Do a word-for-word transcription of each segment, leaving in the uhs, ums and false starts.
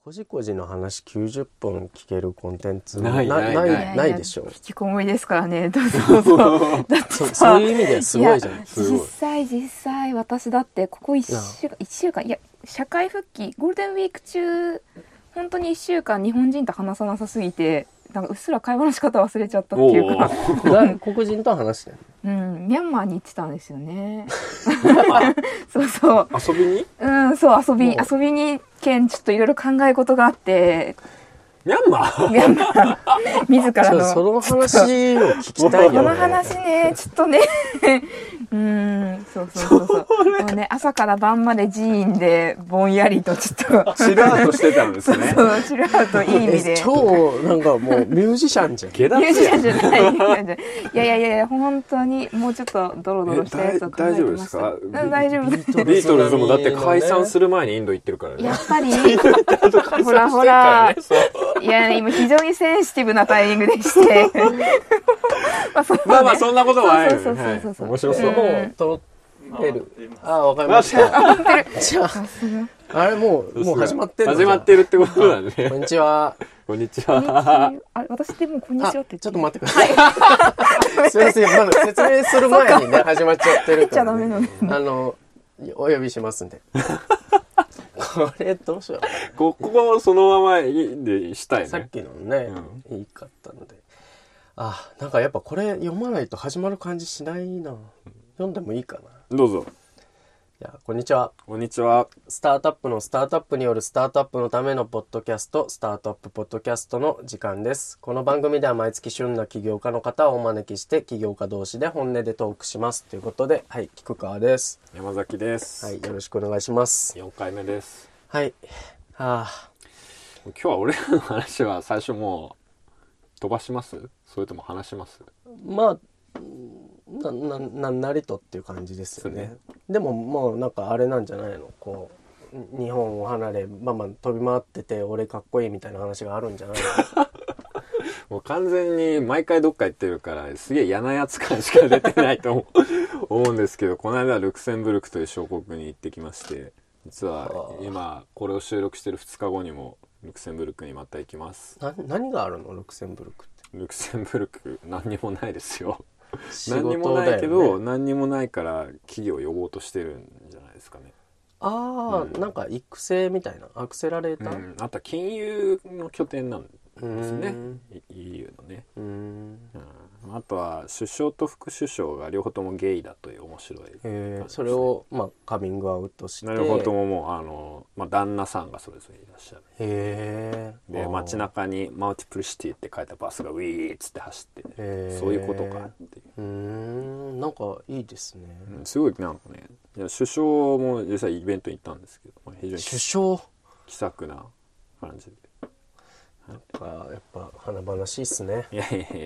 こじこじの話きゅうじゅっぷん聞けるコンテンツないないないないないでしょ。 引きこもりですからね。どうぞどうぞ。だってそさそういう意味ではすごいじゃん。 実際実際私だってここいっしゅうかんいっしゅうかんいや社会復帰ゴールデンウィーク中本当にいっしゅうかん日本人と話さなさすぎてなんかうっすら会話の仕方忘れちゃったっていうか、 外国人と話してる。 うん、ミャンマーに行ってたんですよね。そうそう。 遊びにうんそう遊び遊びに県ちょっといろいろ考え事があって。 ミャンマーミャンマー自らのその話を聞きたいよね。 この話ねちょっとねうーんそうそうそうそうもうね朝から晩まで寺院でぼんやりとちょっとチルアウトしてたんですね。 そうそうチルアウトいい意味で超なんかもうミュージシャンじゃん。 ゲダミュージシャンじゃないいやいやいやいや本当にもうちょっとドロドロしたやつを考えてました。 大丈夫ですか？ うん大丈夫です。 ビートルズもだって解散する前にインド行ってるからね。 やっぱりほらほらいや今非常にセンシティブなタイミングでしてまあそうねまあまあそんなことはないよね。 そうそうそうそうそう面白そう。 もう撮ってる。ああわかりました。じゃああれもうもう始まってるの。 始まってるってことだね。 こんにちは。 こんにちこんにちは。 はあ私でもこんにちはって言ってちょっと待ってください。すみません、まだ説明する前にね始まっちゃってるから、ね。 言っちゃダメなのあのお呼びしますんで。これどうしよう。 ここもそのままいいでしたいね。 さっきのね、うん、いいかったので。あ、なんかやっぱこれ読まないと始まる感じしないな。読んでもいいかな。 どうぞ。 いや、こんにちは。 こんにちは。 スタートアップのスタートアップによるスタートアップのためのポッドキャスト、スタートアップポッドキャストの時間です。この番組では毎月旬な起業家の方をお招きして起業家同士で本音でトークしますということで、はい、菊川です。 山崎です。 はい、よろしくお願いします。 よんかいめです。 はい。はあ、 今日は俺らの話は最初もう飛ばします？それとも話します？ まあななななりとっていう感じですよね。でももうなんかあれなんじゃないの、こう日本を離れまあまあ飛び回ってて俺かっこいいみたいな話があるんじゃないの。 もう完全に毎回どっか行ってるからすげえ嫌なやつ感しか出てないと思う、思うんですけど、この間ルクセンブルクという小国に行ってきまして、実は今これを収録してるふつかごにもルクセンブルクにまた行きます。 な何があるのルクセンブルクって。ルクセンブルク何にもないですよ。 仕事だよね。 何にもないけど何にもないから企業を呼ぼうとしてるんじゃないですかね。 ああ、うん、なんか育成みたいなアクセラレーター、 うん、あとは金融の拠点なんですね。イーユー のね。うん、うん、あとは首相と副首相が両方ともゲイだという面白い、 ね、それをまあカミングアウトして両方とももうあの、まあ、旦那さんがそれぞれいらっしゃる。 へえ。で街中にマルティプリシティって書いたバスがウィーッつって走って、そういうことかっていう。 うーん、なんかいいですね、 うん、すごいなんかね、いや首相も実際イベントに行ったんですけど、まあ、非常に首相気さくな感じで、 なんかやっぱ華々しいっすね。 いやいやいや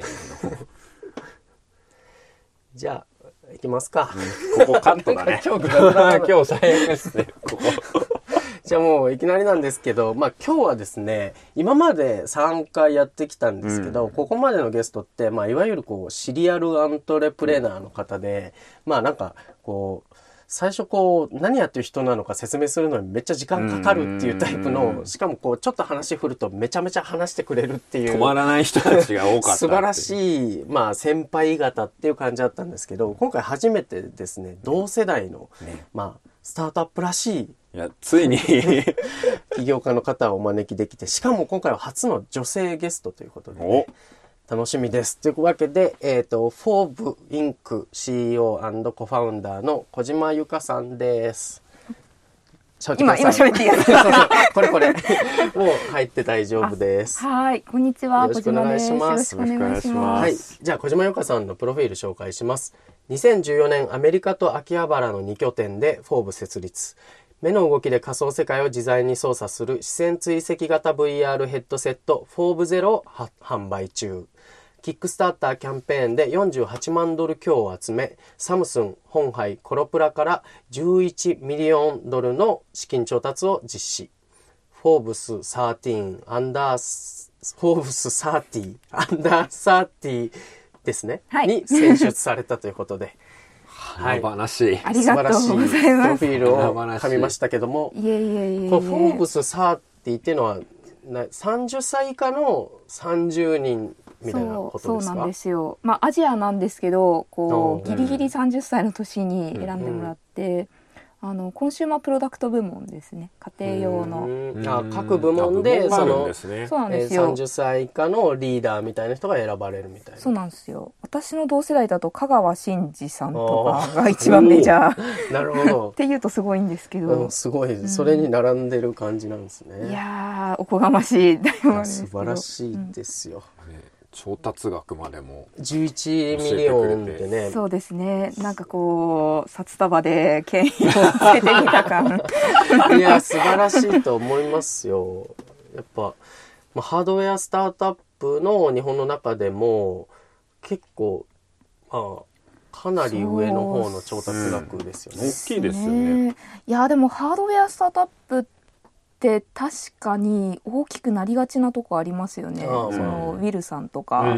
じゃあ行きますか、 うん、ここカットだね。今日今日最悪ですねここ。 じゃあもういきなりなんですけど、まあ今日はですね、今までさんかいやってきたんですけど、うん、ここまでのゲストって、まあいわゆるこうシリアルアントレプレナーの方で、うん、まあなんかこう最初こう何やってる人なのか説明するのにめっちゃ時間かかるっていうタイプの、しかもこうちょっと話振るとめちゃめちゃ話してくれるっていう止まらない人たちが多かった素晴らしい、まあ、先輩方っていう感じだったんですけど、今回初めてですね、同世代の、ね、まあスタートアップらしいいやついに起業家の方をお招きできて、しかも今回は初の女性ゲストということで、ね、楽しみです。というわけで、えっと、フォーブインク シーイーオー& コファウンダーの小島由香さんです。 今、今喋っていいやつこれこれ。もう入って大丈夫です。 はい、こんにちは。 よろしくお願いします。 よろしくお願いします。 はい。じゃあ、小島由香さんのプロフィール紹介します。にせんじゅうよねん、アメリカと秋葉原のに拠点でフォーブ設立。目の動きで仮想世界を自在に操作する視線追跡型 ブイアール ヘッドセットフォーブゼロを販売中。キックスターターキャンペーンでよんじゅうはちまんドル強を集め、サムスン、ホンハイ、コロプラからじゅういちミリオンドルの資金調達を実施。フォーブスじゅうさんアンダー、フォーブスじゅうさんアンダーさんじゅうですね、はい、に選出されたということで。 はい、華々しい。 ありがとうございます。 プロフィールを噛みましたけども、 いえいえいえいえ。 フォーブスじゅうさんティっていうのはなさんじゅっさい以下のさんじゅうにんみたいなことですか？ そう、そうなんですよ。まあアジアなんですけど、こうおーギリギリさんじゅっさいの年に選んでもらって、あのコンシューマープロダクト部門ですね。家庭用の。 うんあ各部門でそのね、 そうなんえー、 ですよ。 さんじゅっさい以下のリーダーみたいな人が選ばれるみたいな。 そうなんですよ。私の同世代だと香川真司さんとかが一番メジャーなるほどっていうとすごいんですけど、 うん、すごいそれに並んでる感じなんですね。 いやーおこがましい大王ですけど、 素晴らしいですよ、 うんね、調達額までもじゅういちミリオンでね。 そうですね。なんかこう札束で権威をつけてみた感いや素晴らしいと思いますよ。やっぱ、まあ、ハードウェアスタートアップの日本の中でも結構、まあ、かなり上の方の調達額ですよね。 大きいですよね。 いやでもハードウェアスタートアップって確かに大きくなりがちなとこありますよね。 ああそのウィルさんとか、 うん、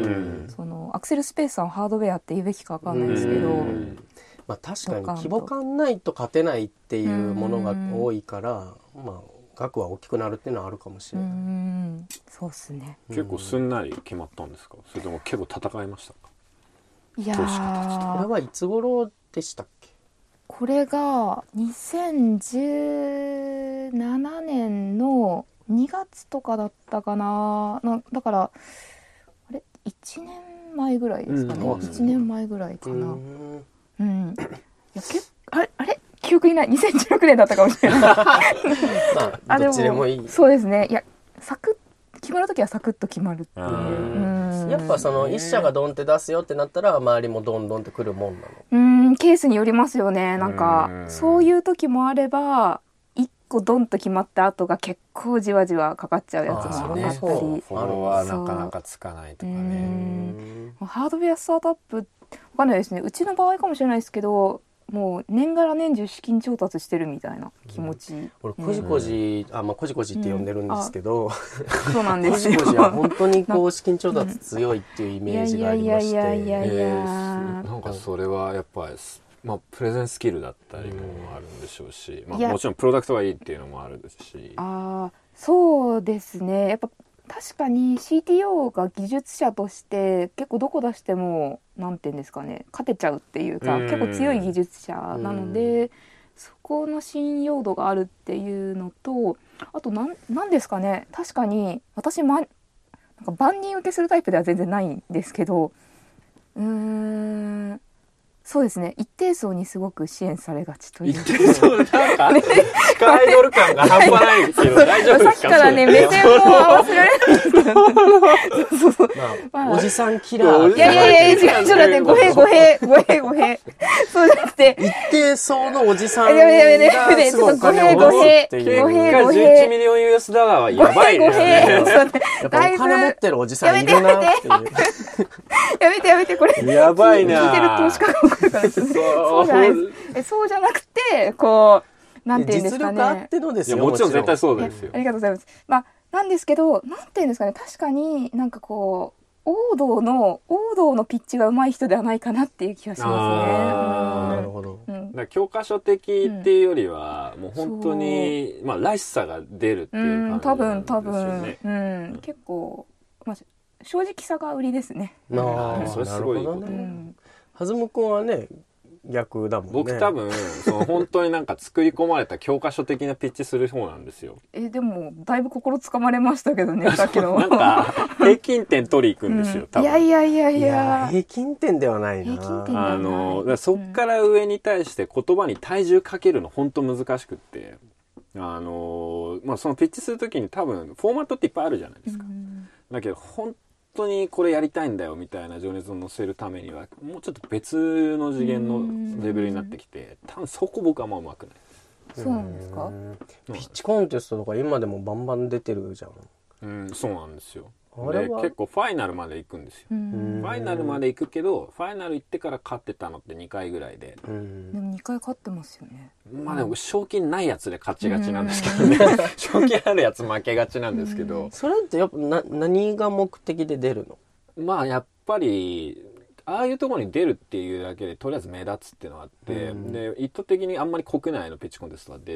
そのアクセルスペースさんハードウェアって言うべきかわかんないですけど、 まあ、確かに規模感ないと勝てないっていうものが多いから、まあ額は大きくなるっていうのはあるかもしれない。 うんそうですね。 結構すんなり決まったんですか？それとも結構戦いましたか？ いやこれはいつ頃でしたっけ？ これがにせんじゅうななねんのにがつとかだったかな。なだからあれいちねんまえぐらいですかね、 うん、 いちねんまえぐらいかな。 うんうんいやけあれあれ記憶にないにせんじゅうろくねんだったかもしれないまあどっちでもいい。 そうですね。いやサクッ決まるときはサクッと決まるっていう、 うんやっぱその一社がドンって出すよってなったら周りもドンドンってくるもんなの？ うんケースによりますよね。なんかそういう時もあればいっこドンと決まった後が結構じわじわかかっちゃうやつもあったり、 フォロワーなかなかつかないとかね。 ハードウェアスタートアップわかんないですね。うちの場合かもしれないですけど、もう年がら年中資金調達してるみたいな気持ち、うん、 俺こじこじ、うん、あまあこじこじって呼んでるんですけど、うん、 そうなんですよ。 こじこじは本当にこう資金調達強いっていうイメージがありまして、 いやいやいやいやいや、 えー、なんかそれはやっぱり、まあ、プレゼンスキルだったりもあるんでしょうし、まあ、もちろんプロダクトがいいっていうのもあるですし、 あそうですね。やっぱ確かに シーティーオー が技術者として結構どこ出してもなんていうんですかね、勝てちゃうっていうか、うん、結構強い技術者なので、うん、そこの信用度があるっていうのと、あとなんなんですかね、確かに私、ま、なんか万人受けするタイプでは全然ないんですけど、うーんそうですね、一定層にすごく支援されがちという。 一定層なんか地下アイドル感が半端ないですけど大丈夫ですか？ さっきからね目線も合わせられないんですけど、そうそう、 まあ、おじさんキラー。 いやいやいや違う、ちょっと待って、語弊語弊語弊語弊。そうじゃなくて一定層のおじさんがやめやめやめすごいお金を持つっていう。 語弊語弊。じゅういちミリオン ユーエス ダラーはやばいですね。 やっぱお金持ってるおじさんいるなっていう。 やめてやめて、これやばいな。 聞いてる投資家が分かるからですね。そうじゃないえそうじゃなくて、こうなんていうんですかね。 実力あってのですよ。 もちろん絶対そうですよ。 ありがとうございます。まあなんですけど、なんていうんですかね、確かになんかこう王道の王道のピッチが上手い人ではないかなっていう気がしますね。 あ、なるほど。 うん、 だ教科書的っていうよりは、うん、もう本当にまあらしさが出るっていう感じなんですよね。うん、多分多分、 うん、結構まあ正直さが売りですね。 ああ、それすごいことね。 うん、 はずむくんはね逆だもんね。 僕多分その本当になんか作り込まれた教科書的なピッチする方なんですよ。 えでもだいぶ心つかまれましたけどね、さっきのなんか平均点取り行くんですよ、うん、多分。 いやいやいやいや、 いや平均点ではないな。 平均点ではない。 あのそっから上に対して言葉に体重かけるの本当難しくって、あのまあそのピッチするときに多分フォーマットっていっぱいあるじゃないですか。うん、だけど本本当にこれやりたいんだよみたいな情熱を乗せるためにはもうちょっと別の次元のレベルになってきて、多分そこ僕はもう上手くないです。そうなんですか？ ピッチコンテストとか今でもバンバン出てるじゃん。 うん、そうなんですよ。で結構ファイナルまで行くんですよ。ファイナルまで行くけどファイナル行ってから勝ってたのってにかいぐらいで。 でもにかい勝ってますよね。 まあでも賞金ないやつで勝ちがちなんですけどね。賞金あるやつ負けがちなんですけど。 それってやっぱな何が目的で出るの？ まあやっぱりああいうところに出るっていうだけでとりあえず目立つっていうのがあって、うん、で意図的にあんまり国内のピッチコンテストは出ない。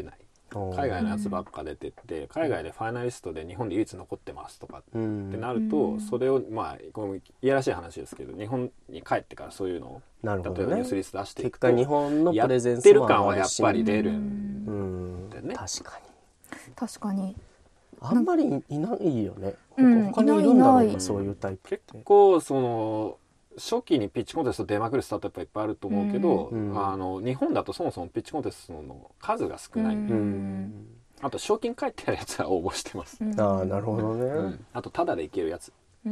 海外のやつばっか出てって海外でファイナリストで日本で唯一残ってますとかってなるとそれをまあこのいやらしい話ですけど日本に帰ってからそういうのをなるほど、ね、 例えばニュースリスト出していくと結果日本のプレゼンスやってる感はやっぱり出るんだよね。 確かに確かにあんまりいないよね、 うん、 他にいるんだろういないいなないそういうタイプって結構その初期にピッチコンテスト出まくるスタートアップはいっぱいあると思うけど、 うん、 あの日本だとそもそもピッチコンテストの数が少ない、うん、あと賞金返ってあるやつは応募してます、うん、 ああなるほどね、うん、 あとタダで行けるやつ、うん、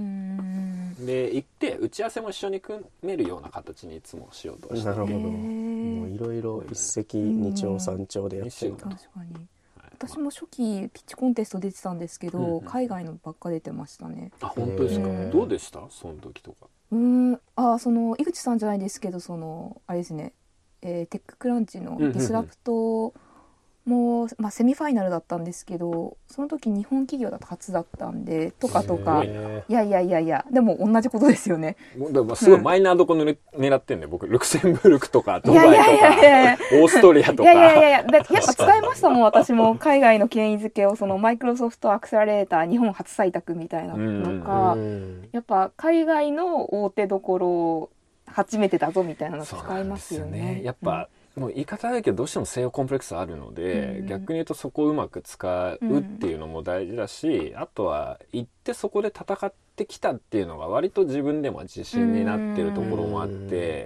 で行って打ち合わせも一緒に組めるような形にいつもしようとしてなるほどもういろいろ一石二鳥三鳥でやってる、うん、 確かに私も初期ピッチコンテスト出てたんですけど、うんうん、海外のばっか出てましたね。 あ本当ですか。どうでしたその時とか。 うーんあその井口さんじゃないですけどそのあれですね、えー、テッククランチのディスラプトも、まあ、セミファイナルだったんですけどその時日本企業だと初だったんでとかとかいやいやいやいやでも同じことですよね。 でもすごいマイナーどこ狙ってんね、うん、僕ルクセンブルクとかドバイとかオーストリアとかいやいやいやいやだやっぱ伝えましたもん私も海外の権威づけをそのマイクロソフトアクセラレーター日本初採択みたいなのか、うん、やっぱ海外の大手どころ初めてだぞみたいなの使いますよね。 そうなんですよねやっぱ、うんもう言い方だけどどうしても西洋コンプレックスあるので、うん、逆に言うとそこをうまく使うっていうのも大事だし、うん、あとは行ってそこで戦ってきたっていうのが割と自分でも自信になってるところもあって、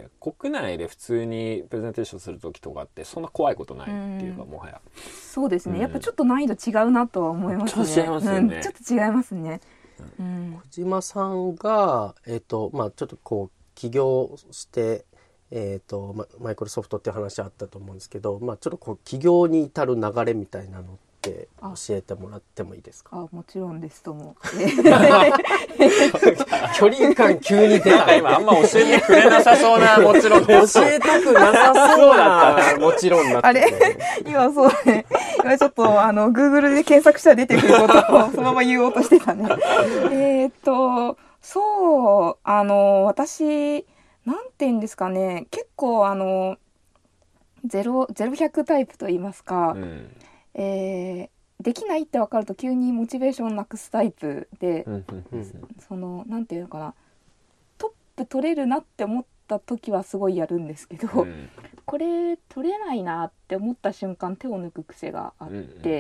うん、国内で普通にプレゼンテーションする時とかってそんな怖いことないっていうか、うん、もはやそうですね、うん、やっぱちょっと難易度違うなとは思いますね。 ちょっと違いますよね、 うん、ちょっと違いますね、 うん、小島さんが、えーとまあ、ちょっとこう起業してえーと、マイクロソフトっていう話あったと思うんですけど、まあ、ちょっとこう起業に至る流れみたいなのって教えてもらってもいいですか。 あもちろんですとも距離感急に出た今あんま教えてくれなさそうなもちろん教えたくなさそうなもちろんなって、ね、 あれ今そうね今ちょっとあの Google で検索したら出てくることをそのまま言おうとしてたねえっとそうあの私なんて言うんですかね結構あのゼロひゃくタイプと言いますか、うんえー、できないって分かると急にモチベーションなくすタイプで、うんうん、そのなんていうのかなトップ取れるなって思った時はすごいやるんですけど、うん、これ取れないなって思った瞬間手を抜く癖があって、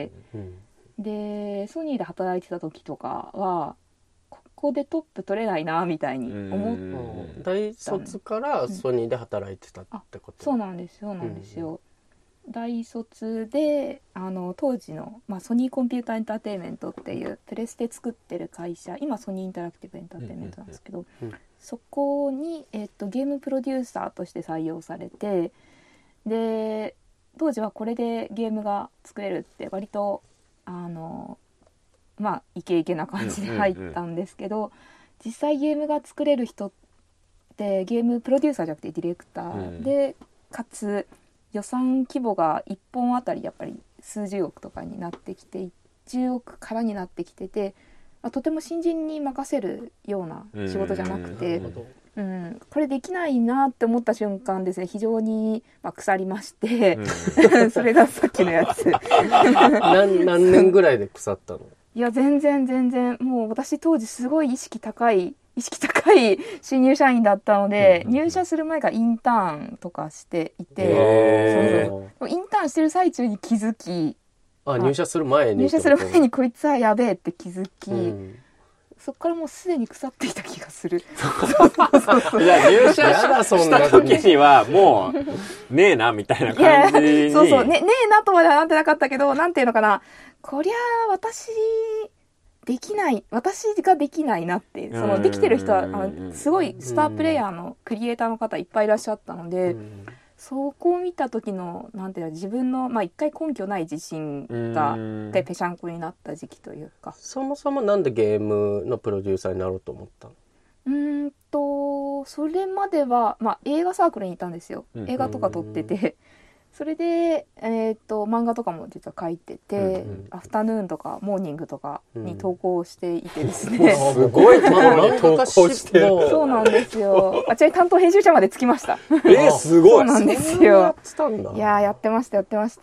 うんうんうん、でソニーで働いてた時とかはここでトップ取れないなみたいに思って、 大卒からソニーで働いてたってこと、 うん、そうなんですそうなんですよ、うん、大卒であの当時の、まあ、ソニーコンピューターエンターテインメントっていうプレステ作ってる会社今ソニーインタラクティブエンターテインメントなんですけど、うんうん、そこに、えっと、ゲームプロデューサーとして採用されてで当時はこれでゲームが作れるって割とあのまあイケイケな感じで入ったんですけど、うんうんうん、実際ゲームが作れる人ってゲームプロデューサーじゃなくてディレクターで、うん、かつ予算規模がいっぽんあたりやっぱり数十億とかになってきてじゅうおくからになってきてて、まあ、とても新人に任せるような仕事じゃなくて、うん、これできないなって思った瞬間ですね非常に、まあ、腐りまして、うん、それがさっきのやつ何, 何年ぐらいで腐ったの？ いや全然全然もう私当時すごい意識高い意識高い新入社員だったので、うん、入社する前からインターンとかしていてそうそうインターンしてる最中に気づきあ入社する前に入社する前にこいつはやべえって気づき、うん、そっからもうすでに腐っていた気がする。 いや入社した時にはもうねえなみたいな感じにそうそう ね, ねえなとまではなってなかったけどなんていうのかなこりゃ私できない私ができないなってそのできてる人はあのすごいスタープレイヤーのクリエイターの方いっぱいいらっしゃったのでそこを見た時のなんていうの自分のまあ一回根拠ない自信がでぺしゃんこになった時期というか。 そもそもなんでゲームのプロデューサーになろうと思ったの？ うーんとそれまでは、まあ、映画サークルにいたんですよ。映画とか撮っててそれで、えー、と漫画とかも実は書いてて、うんうん、アフタヌーンとかモーニングとかに投稿していてですね、 うん、すごいところに投稿してるそうなんですよ。あちらに担当編集者までつきましたえー、すごいそうなんですよ。いややってましたやってました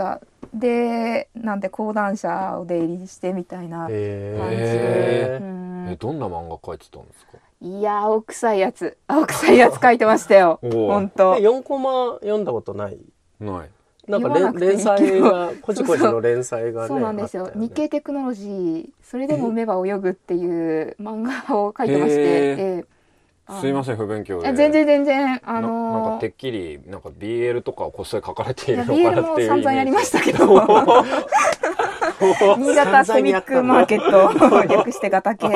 でなんで講談社を出入りしてみたいな感じで、 へーうんえどんな漫画描いてたんですか？ いや青臭いやつ青臭いやつ書いてましたよおー本当よんコマ読んだことない？ ないなんか読まなくていい連連載がこじこじの連載がねそうなんですよあったね日経テクノロジーそれでも目は泳ぐっていう漫画を書いてまして、 へーえーすいません不勉強であ全然全然あなのーなんかてっきりなんか ビーエル とかをこっそり書かれていいやるのビーエルかなっていうも散々やりましたけどど新潟コミックマーケット略してガタ系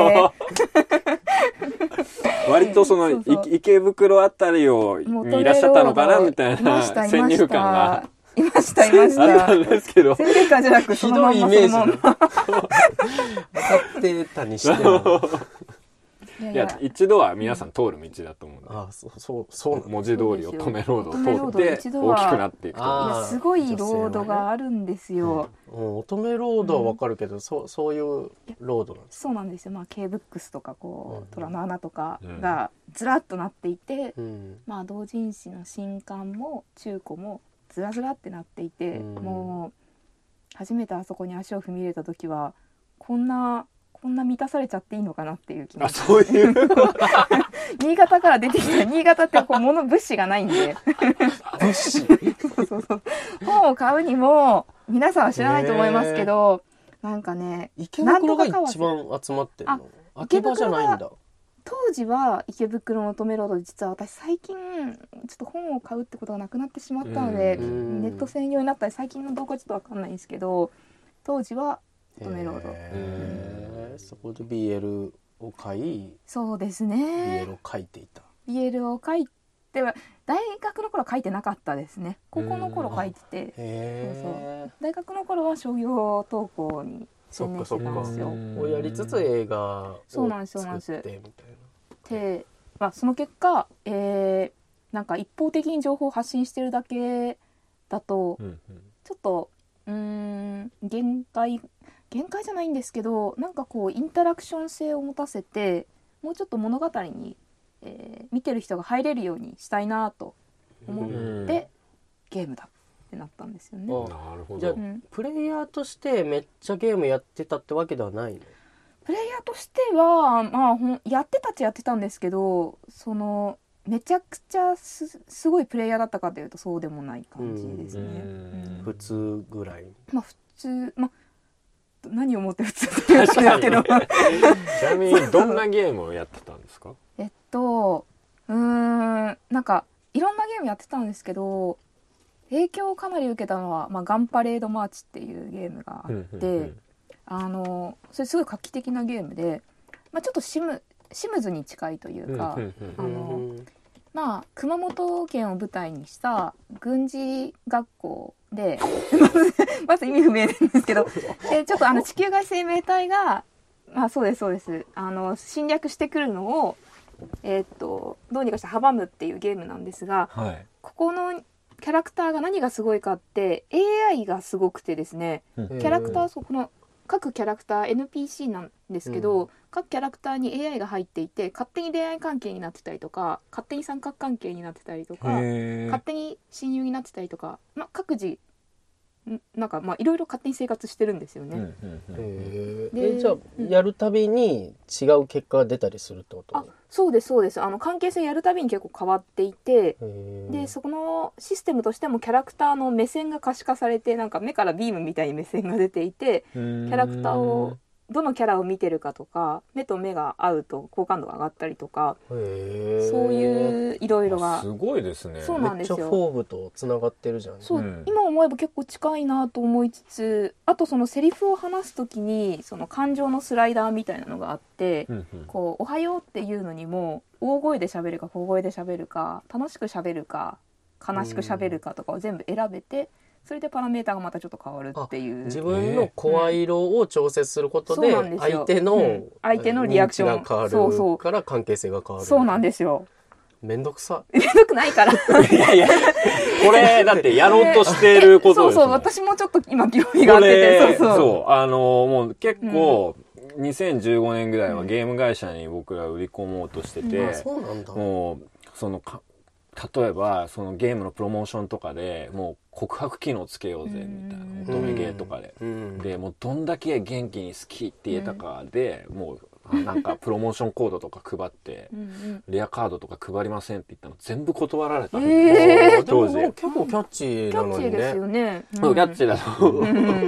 割とそのそうそうい池袋あたりをにいらっしゃったのかなみたいいまなしたい先入ました観がいましたいましあったたんですけど先入観じゃなくそひのまんまどいイメージそのまんま分かってたにしてもいやいや一度は皆さん通る道だと思うんであそうそうそうなんだ文字通り乙女ロード乙女ロードを通って一度は大きくなっていくといあーやすごいロードがあるんですよ、 うん、乙女ロードはわかるけど、そうそういうロードなんです。 そうなんですよまあ K ブックスとかこう、 うん虎の穴とかがずらっとなっていて、 うん、 まあ同人誌の新刊も中古もずらずらってなっていて、 うんもう初めてあそこに足を踏み入れた時はこんなこんな満たされちゃっていいのかなっていう気持ちあそういう新潟から出てきた新潟ってこう物物資がないんで物資そうそうそう本を買うにも皆さんは知らないと思いますけど、なんかね池袋がなんとか一番集まってるの。 あ秋葉じゃないんだ。 当時は池袋の乙女ロードで実は私最近ちょっと本を買うってことがなくなってしまったので、 うんネット専用になったり最近の動画ちょっとわかんないんですけど当時は乙女ロードへーそこで ビーエル を買い、 そうですビーエねル を書いていた。 ビーエル を書いては大学の頃書いてなかったですね高校の頃書いててへ大学の頃は商業投稿にそっか専念しそってかたんですようんをやりつつ映画をそうなんですそうなんです作ってみたいな。 で、まあ、その結果、えーなんか一方的に情報を発信してるだけだとうんうんちょっとうーん限界限界じゃないんですけどなんかこうインタラクション性を持たせてもうちょっと物語に、えー見てる人が入れるようにしたいなと思ってゲームだってなったんですよね。 うんなるほじゃあどうんプレイヤーとしてめっちゃゲームやってたってわけではないの？ プレイヤーとしては、まあ、ほんやってたっちゃやってたんですけどそのめちゃくちゃすすごいプレイヤーだったかというとそうでもない感じですね。 うんうん普通ぐらい。 まあ普通、まあ、何をもって普通って言うんですけどちなみにどんなゲームをやってたんですか？ えっとうーんなんかいろんなゲームやってたんですけど影響をかなり受けたのは、まあ、ガンパレードマーチっていうゲームがあって、 うんうんうんあのそれすごい画期的なゲームで、まあ、ちょっとシムシムズに近いというか、 うんうんあのうんまあ熊本県を舞台にした軍事学校でまず意味不明なんですけどでちょっとあの地球外生命体がまあそうですそうですあの侵略してくるのをえーっとどうにかして阻むっていうゲームなんですがはいここのキャラクターが何がすごいかって エーアイ がすごくてですねうんキャラクターそうこの各キャラクター エヌピーシー なんですけど、 うん各キャラクターに エーアイ が入っていて勝手に恋愛関係になってたりとか勝手に三角関係になってたりとかへ勝手に親友になってたりとか、まあ、各自んなんかまあいろいろ勝手に生活してるんですよね。 うんうんうんへーでえじゃあうんやるたびに違う結果が出たりするってこと？ あそうですそうですあの関係性やるたびに結構変わっていてへーでそこのシステムとしてもキャラクターの目線が可視化されてなんか目からビームみたいに目線が出ていてキャキャラクターをどのキャラを見てるかとか目と目が合うと好感度が上がったりとかへーそういういろいろがすごいですねそうなんですよめっちゃフォーブとつながってるじゃん。 そう、 うん今思えば結構近いなと思いつつあとそのセリフを話す時にその感情のスライダーみたいなのがあって、 うんうんこうおはようっていうのにも大声で喋るか小声で喋るか楽しく喋るか悲しく喋るかとかを全部選べてそれでパラメータがまたちょっと変わるっていう自分の声色を調節することでそうなんですよ相手の、 うん相手のリアクション認知が変わるそうそうから関係性が変わる。 そうなんですよめんどくさ。 めんどくないからいやいやこれだってやろうとしてることですもんそうそう私もちょっと今興味があっててこれそうそうそうあのもう結構、にせんじゅうごねんぐらいはゲーム会社に僕ら売り込もうとしてて、 うんあそうなんだ。 もうそのか例えばそのゲームのプロモーションとかでもう告白機能つけようぜみたいな、 うん乙女ゲーとかで、 うん、 でもうどんだけ元気に好きって言えたかで、うん、もうなんかプロモーションコードとか配ってうん、 レアカードとか配りませんって言ったの全部断られたんえです、当時。 でも結構キャッチーなのにね。 キャッチーですよね。 うん、キャッチーだと、うん、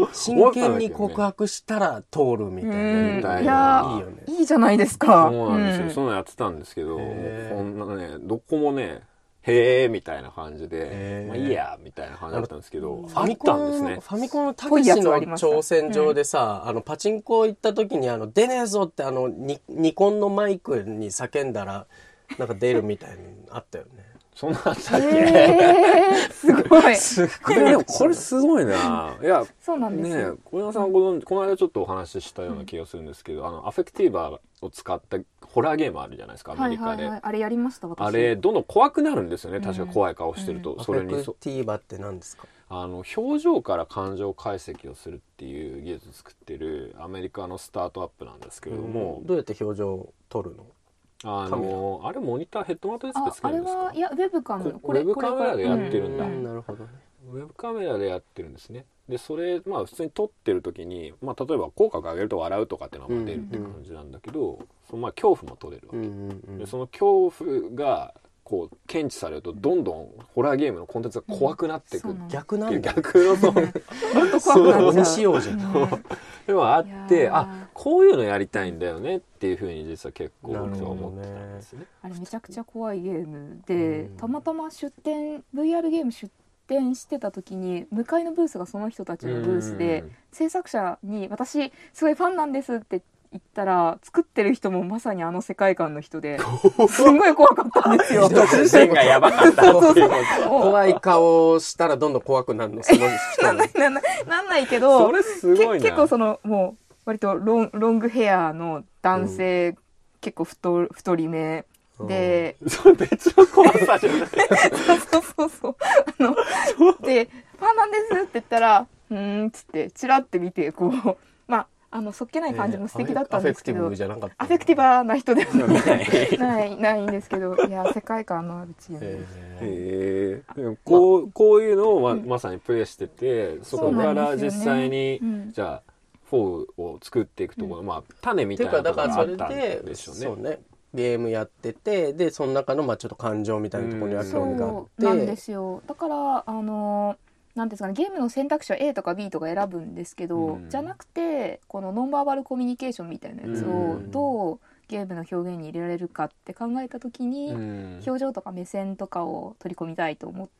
真剣に告白したら通るみたいな、 うん、 みたいな。いいよね。いいじゃないですか。 そうなんですよ、うん、そういうのやってたんですけど、こんなねどこもねへえみたいな感じで、まあいいやみたいな感じだったんですけど、 ファミコン、ね、ファミコンのたけしの挑戦状でさ、うん、あのパチンコ行った時にあの出ねえぞってあのニニコンのマイクに叫んだらなんか出るみたいなのあったよね。 そんなあったっけ、 えー、すごい。 すごい。でもこれすごいな。いや、 そうなんですよ。 ね、小山さんご存知、この間ちょっとお話ししたような気がするんですけど、うん、あのアフェクティバーを使ったホラーゲームあるじゃないですか、アメリカで。 はいはいはい、あれやりました私。 あれどんどん怖くなるんですよね。確か怖い顔してると、 うん、 それに。 アフェクティバーって何ですか？ あの表情から感情解析をするっていう技術を作ってるアメリカのスタートアップなんですけれども、 うん、どうやって表情を撮るの？ あのあれモニターヘッドマウントディスプレイつけるんですか？ あれはいやウェブカムこれウェブカメラでやってるんだ、 うんうん、なるほどね。 ウェブカメラでやってるんですね。でそれまあ普通に撮ってる時に、まあ、例えば口角上げると笑うとかっていうのが出るって感じなんだけど、うんうん、そのまあ恐怖も撮れるわけ、うんうんうん、でその恐怖がこう検知されるとどんどんホラーゲームのコンテンツが怖くなっていく、うん、 逆なんだ。 逆のそう鬼仕様じゃん。 でもあってあこういうのやりたいんだよねっていうふうに実は結構僕は思ってたんですね。 あれめちゃくちゃ怖いゲームで、うん、たまたま出展 ブイアール ゲーム出展してた時に向かいのブースがその人たちのブースで、うん、制作者に私すごいファンなんですって言ったら作ってる人もまさにあの世界観の人ですんごい怖かったんですよ。 自身がやばかったそうそう怖い顔をしたらどんどん怖くなるのその人なんないなんないなんないけどそれすごいな。 結構そのもう割とロン、ロングヘアの男性、うん、結構 太, 太り目で、 うん、それ別の怖さじゃないそうそうそうあのでファンなんですって言ったらうーんっつってチラって見てこうまああのそっけない感じも素敵だったんですけど、えー、アフェクティブじゃなかったアフェクティバーな人ではないないないんですけど、いや世界観のあるチームです。 へえー、こうこういうのを ま,、うん、まさにプレイしてて、そこから実際に、ねうん、じゃあフォーを作っていくところ、うん、まあ種みたいなところがあったんでしょうね。 そうね。ゲームやっててでその中のまあちょっと感情みたいなところにあるのがあって、 そうなんですよ。だからあのなんですかね、ゲームの選択肢は A とか B とか選ぶんですけど、うん、じゃなくてこのノンバーバルコミュニケーションみたいなやつをどうゲームの表現に入れられるかって考えた時に、うん、表情とか目線とかを取り込みたいと思って、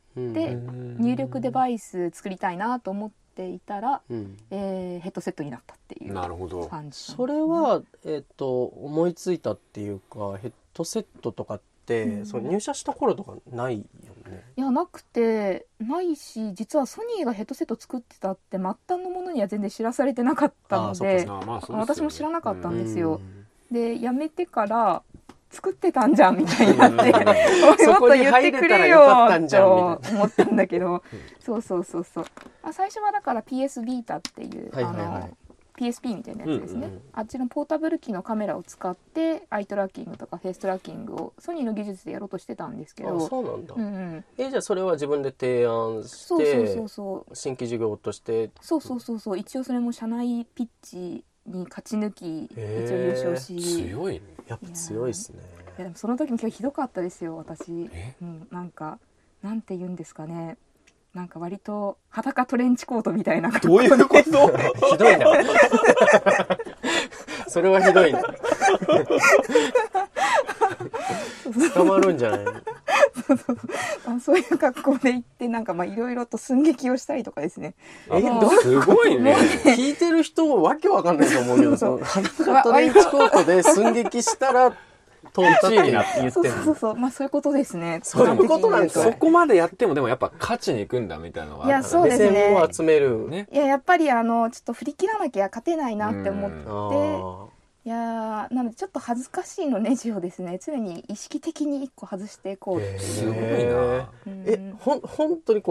うん、入力デバイス作りたいなと思っていたら、うんえー、ヘッドセットになったっていう感じ。 なるほど。 それは、えーと、思いついたっていうかヘッドセットとかって、うん、その入社した頃とかないよね。 いやなくてないし、実はソニーがヘッドセット作ってたって末端のものには全然知らされてなかったので、私も知らなかったんですよ。うん、で辞めてから作ってたんじゃんみたいになってもっと言ってくれよと思ったんだけどそうそうそうそうあ最初はだから ピーエス ビータっていう、はいはいはい、あの ピーエスピー みたいなやつですね、うんうん、あっちのポータブル機のカメラを使ってアイトラッキングとかフェイストラッキングをソニーの技術でやろうとしてたんですけど。 あそうなんだ、 うんうん、 えじゃあそれは自分で提案してそうそうそうそう新規事業としてそうそうそうそう一応それも社内ピッチに勝ち抜き一応優勝し強いね。 やっぱ強いですね。 いやでもその時も今日ひどかったですよ私、うん、なんかなんて言うんですかね、なんか割と裸トレンチコートみたいなどういうことひどいなそれはひどいな捕まるんじゃないのそうそうあそういう格好で行ってなんかまあいろいろと寸劇をしたりとかですね。 えすごいね聞いてる人もわけわかんないと思うけどその裸トレンチコートで寸劇したらトンチになって言ってるそうそうそうまあそういうことですね。 そういうことなんですそこまでやってもでもやっぱ勝ちに行くんだみたいなのは、 いやそうですね。 目線を集めるね。 いややっぱりあのちょっと振り切らなきゃ勝てないなって思って。いやなのでちょっと恥ずかしいのネジをですね常に意識的に一個外していこうっていう。 すごいな。 えほん本当にこう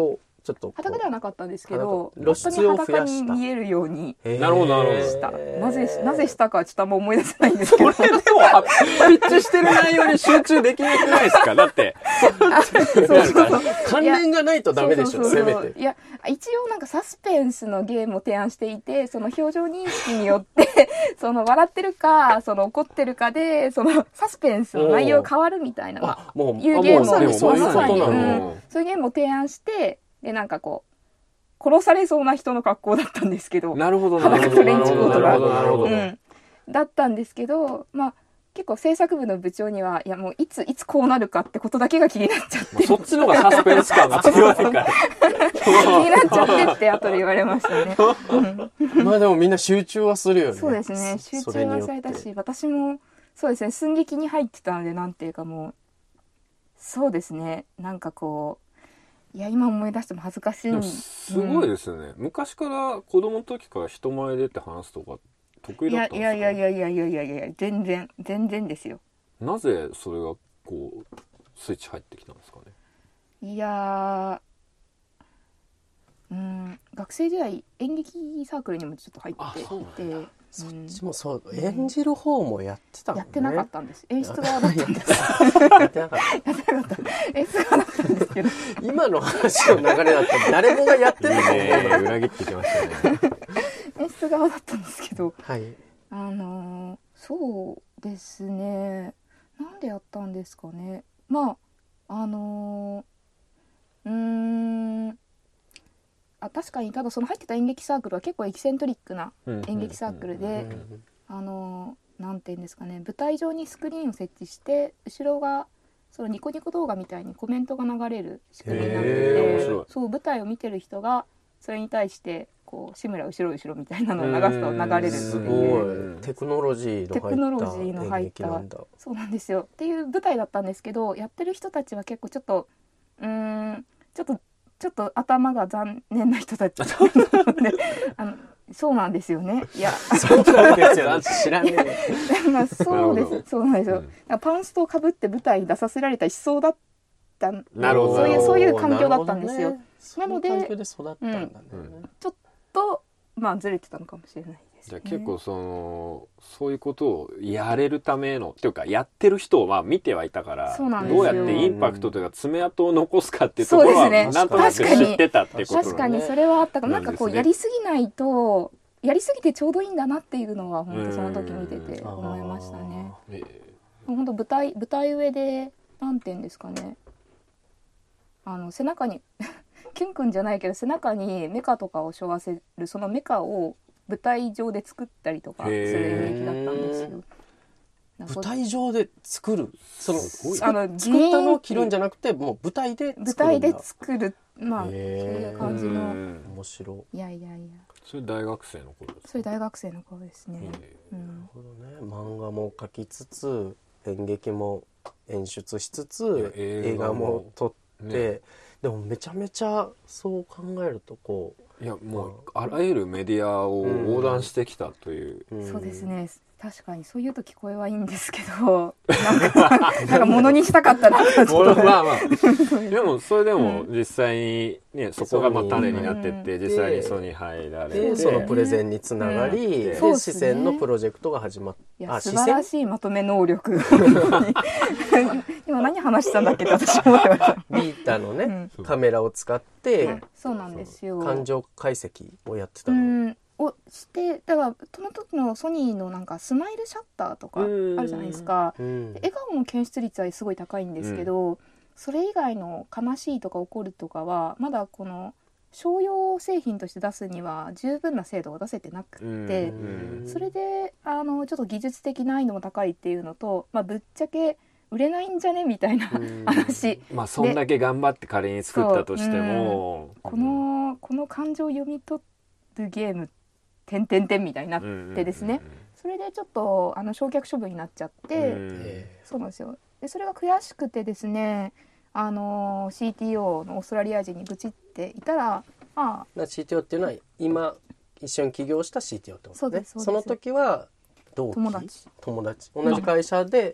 ちょっと裸ではなかったんですけど、 裸露出を増やした本当に裸に見えるようになるほどなるほどした。なぜなぜしたかはちょっとあんま思い出せないんですけど。 これでもピッチしてる内容に集中できなくないですか？だってそうそうそう。 関連がないとダメでしょ、 そうそうそうせめて。 いや一応なんかサスペンスのゲームを提案していて、その表情認識によってその笑ってるかその怒ってるかでそのサスペンスの内容が変わるみたいな、まあ、 もういうゲームをあもうそういうまさにことなうんの。 そういうゲームを提案して、でなんかこう殺されそうな人の格好だったんですけど、 なるほどなるほど裸とレンチコートがなるほどなるほど、 うん、だったんですけど、まあ結構制作部の部長にはいやもういついつこうなるかってことだけが気になっちゃってそっちの方がサスペンス感が強いから気になっちゃってって後で言われましたね、うん、 まあでもみんな集中はするよね。 そうですね、集中はされたし、私もそうですね、寸劇に入ってたので、なんていうかもうそうですね、なんかこういや今思い出しても恥ずかしい。 でもすごいですよね、うん、昔から子供の時から人前でって話すとか得意だったんですか？ いやいやいやいやいやいやいや全然全然ですよ。 なぜそれがこうスイッチ入ってきたんですかね？ いやー、うん、学生時代演劇サークルにもちょっと入っていて、 そっちもそう、演じる方もやってたもんね。 やってなかったんです。演出側だったんです。 やってなかった。 やってなかった。演出側だったんですけど。 今の話の流れだったら誰もがやってるね裏切ってきましたね。 演出側だったんですけど、 はい。 あのー、そうですね。なんでやったんですかね。まああのー、うーん。あ確かにただその入ってた演劇サークルは結構エキセントリックな演劇サークルで、あのなんていうんですかね、舞台上にスクリーンを設置して後ろがそのニコニコ動画みたいにコメントが流れる仕組みになってて、そう舞台を見てる人がそれに対してこう志村後ろ後ろみたいなのを流すと流れるっていう、 すごいテクノロジーの入ったテクノロジーの入ったそうなんですよっていう舞台だったんですけど、やってる人たちは結構ちょっとうーんちょっとちょっと頭が残念な人たちあのそうなんですよね。いやそうなんですよ、ね、知らねえまあそうですそうなんですよ、うん、パンストをかぶって舞台に出させられたしそうだったなるほどそういうそういう環境だったんですよ。な,、ね、なのでそういう環境で育ったんだね、 うん、ちょっとまあずれてたのかもしれないですね。 じゃあ結構そのそういうことをやれるためのっていうかやってる人をまあ見てはいたから、 そうなんですよどうやってインパクトというか爪痕を残すかっていうところはなんとなく知ってたってこと、ね、 確かにそれはあったかも。なんかこうやりすぎないとやりすぎてちょうどいいんだなっていうのは本当その時見てて思いましたね。本当舞台舞台上でなんていうんですかね、あの背中にキュンくんじゃないけど背中にメカとかを背負わせるそのメカを舞台上で作ったりとかする演劇だったんですよ。 舞台上で作るそのあの作ったのを切るんじゃなくてもう舞台で作るんだ。 舞台で作るまあそういう感じの面白い。いやいやいやそれ大学生の頃ですか？ それ大学生の頃ですね。 なるほどね。漫画も描きつつ演劇も演出しつつ映画も撮って、ね、でもめちゃめちゃそう考えるとこういやもうあらゆるメディアを横断してきたという、 うん、そうですね。確かにそういうと聞こえはいいんですけどなんかなんか物にしたかったなちょっとまあまあでもそれでも実際にね、うん、そこがまあ種になってって、うん、実際にソニー入られてでそのプレゼンにつながり、うん、で視線のプロジェクトが始まっいや素晴らしいまとめ能力今何話したんだっけって私思ってましたビータのね、うん、カメラを使って、 うん、そうなんですよ感情解析をやってたの、 うんをしてだからその時のソニーのなんかスマイルシャッターとかあるじゃないですか、笑顔の検出率はすごい高いんですけど、うん、それ以外の悲しいとか怒るとかはまだこの商用製品として出すには十分な精度が出せてなくって、それであのちょっと技術的難易度も高いっていうのと、まあ、ぶっちゃけ売れないんじゃねみたいな話、 まあそんだけ頑張って仮に作ったとしても、 うん、このこの感情を読み取るゲームてんてんてんみたいになってですね、それでちょっとあの焼却処分になっちゃって、そうなんですよ。でそれが悔しくてですね、あの シーティーオー のオーストラリア人に愚痴っていたら、まあ シーティーオー っていうのは今一緒に起業した シーティーオー ってことね。 そうですそうです。 その時は同期友達友達同じ会社で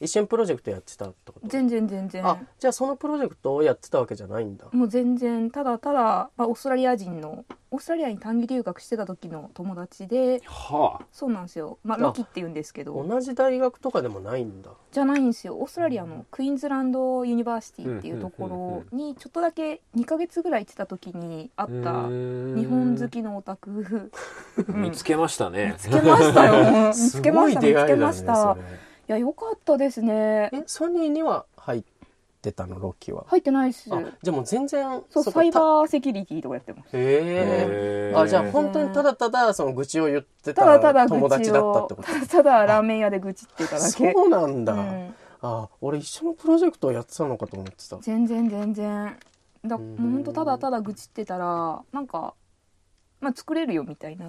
一緒にプロジェクトやってたってこと？ 全然全然。 あ、じゃあそのプロジェクトをやってたわけじゃないんだ。 もう全然ただただ、まあ、オーストラリア人のオーストラリアに短期留学してた時の友達で、 はあ。 そうなんですよ、まあ、ロキって言うんですけど、 同じ大学とかでもないんだ。 じゃないんですよ。オーストラリアのクイーンズランドユニバーシティっていうところにちょっとだけにかげつぐらい行ってた時に会った日本好きのオタク見つけましたね。 見つけましたよ。見つけました、 すごい出会いだね見つけました。 それ。 いや、よかったですね。 え、ソニーには入ってたの、ロッキーは？ 入ってないっす。 あ、じゃあもう全然そう、 こサイバーセキュリティとかやってます。 へえ。 へーあ、じゃあ本当にただただその愚痴を言ってただただた友愚痴達だったっをてこと？ ただただラーメン屋で愚痴ってただけ。 そうなんだ。 うんあ、俺一緒のプロジェクトをやってたのかと思ってた。 全然全然だ、もんうほんとただただ愚痴ってたらなんか、まあ、作れるよみたいになって、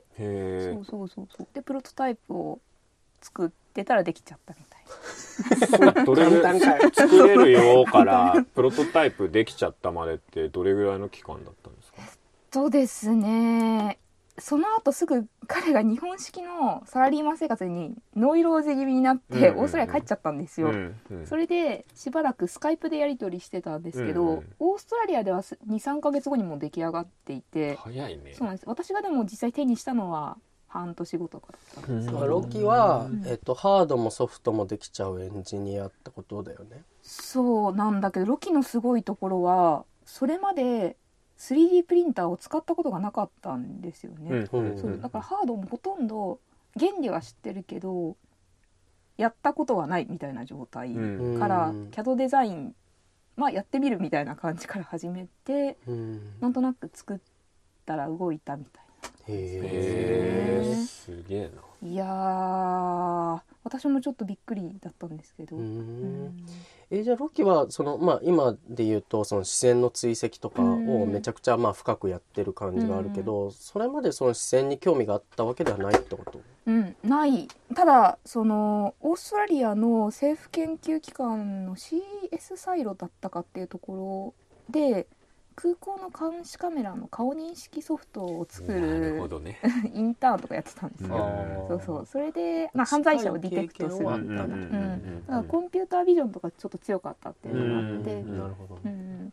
へそうそうそうそうでプロトタイプを作ってたらできちゃったみたいえ。どれぐらい簡単かよ作れるよからプロトタイプできちゃったまでってどれぐらいの期間だったんですか？ そうですね。その後すぐ彼が日本式のサラリーマン生活にノイローゼ気味になって、 うんうんうんオーストラリア帰っちゃったんですよ、 うんうんそれでしばらくスカイプでやり取りしてたんですけど、 うんうんオーストラリアではにさんかげつごにもう出来上がっていて、 早いね。 そうなんです。私がでも実際手にしたのは半年後とかだったんですけど、 まあ、ロキは、 うんえっと、ハードもソフトもできちゃうエンジニアってことだよね。 そうなんだけどロキのすごいところはそれまで スリーディー プリンターを使ったことがなかったんですよね、 うんうんそうだからハードもほとんど原理は知ってるけどやったことはないみたいな状態うんから、 うんキャド デザイン、まあ、やってみるみたいな感じから始めてうんなんとなく作ったら動いたみたいへへえ、 え。 すげえな。 な。いやー私もちょっとびっくりだったんですけど、 ううんんえじゃあロキはその、まあ、今で言うとその視線の追跡とかをめちゃくちゃまあ深くやってる感じがあるけど、それまでその視線に興味があったわけではないってこと？ うん、ないただそのオーストラリアの政府研究機関の シーエス サイロだったかっていうところで空港の監視カメラの顔認識ソフトを作なるほるどね。 インターンとかやってたんですよ、 うんそうそうそれで、まあ、犯罪者をディテクトするみたいな、 うんうんうんうんうんだからコンピュータービジョンとかちょっと強かったっていうのがあって、 うんなるほどね。 うん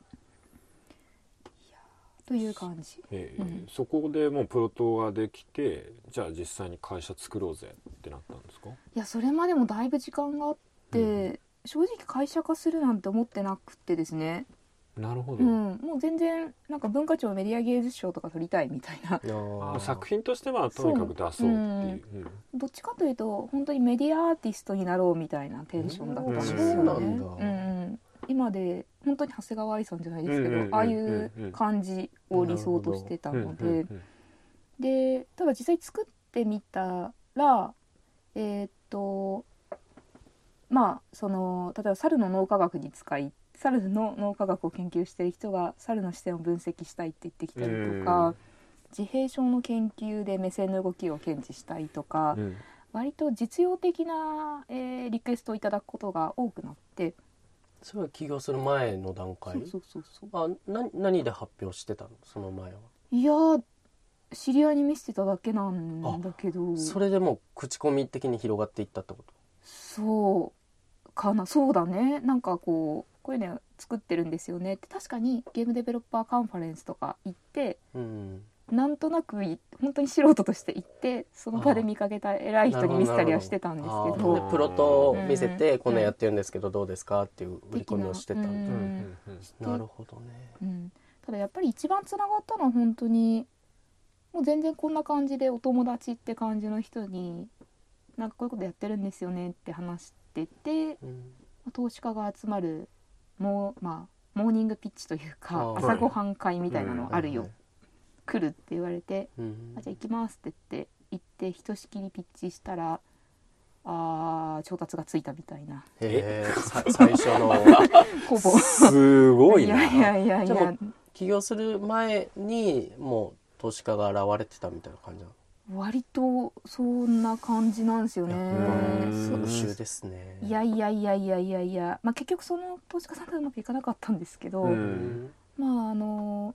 いやという感じ。 えーうんそこでもうプロトができて、じゃあ実際に会社作ろうぜってなったんですか？ いやそれまでもだいぶ時間があって、 うん正直会社化するなんて思ってなくてですね、 なるほど、 うん、もう全然なんか文化庁メディア芸術賞とか取りたいみたいなあー作品としてはとにかく出そうっていう、うんどっちかというと本当にメディアアーティストになろうみたいなテンションだったんですよね、 そうなんだうんうん、今で本当に長谷川愛さんじゃないですけど、 うんうんうんうんああいう感じを理想としてたので、 うんうんでただ実際作ってみたらえーっとまあその例えば猿の脳科学に使い猿の脳科学を研究している人が猿の視点を分析したいって言ってきたりとか、自閉症の研究で目線の動きを検知したいとか、 うんうん割と実用的な、えーリクエストをいただくことが多くなって、 それは起業する前の段階？ そうそうそうそうあな何で発表してたのその前は？ いやー知り合いに見せてただけなんだけど、 それでもう口コミ的に広がっていったってこと？ そうかな、そうだね、なんかこうこういうの作ってるんですよねって確かにゲームデベロッパーカンファレンスとか行ってうんなんとなくい本当に素人として行ってその場で見かけた偉い人に見せたりはしてたんですけあーど、 でプロトを見せうんてこんなんやってるんですけどどうですかっていう売り込みをしてたんだ、 的なうんうんうんうんなるほどね。 うん、ただやっぱり一番つながったのは本当にもう全然こんな感じでお友達って感じの人になんかこういうことやってるんですよねって話してて、 うん投資家が集まるもう、まあ、モーニングピッチというかあー朝ごはん会みたいなのあるよ、 はいはい来るって言われて、 うんあじゃあ行きますって言って行ってひとしきりピッチしたらあー調達がついたみたいなへえさ最初のほぼすごいな。 いやいやいやいやじゃあも起業する前にもう投資家が現れてたみたいな感じなの？ 割とそんな感じなんですよねうん優秀ですね。 いやいやいやいやいやいや、まあ、結局その投資家さんとうまくいかなかったんですけど、 ううんんまああの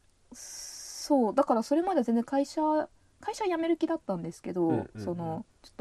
そうだからそれまで全然会社会社辞める気だったんですけど、 うんうんうんそのちょっと辞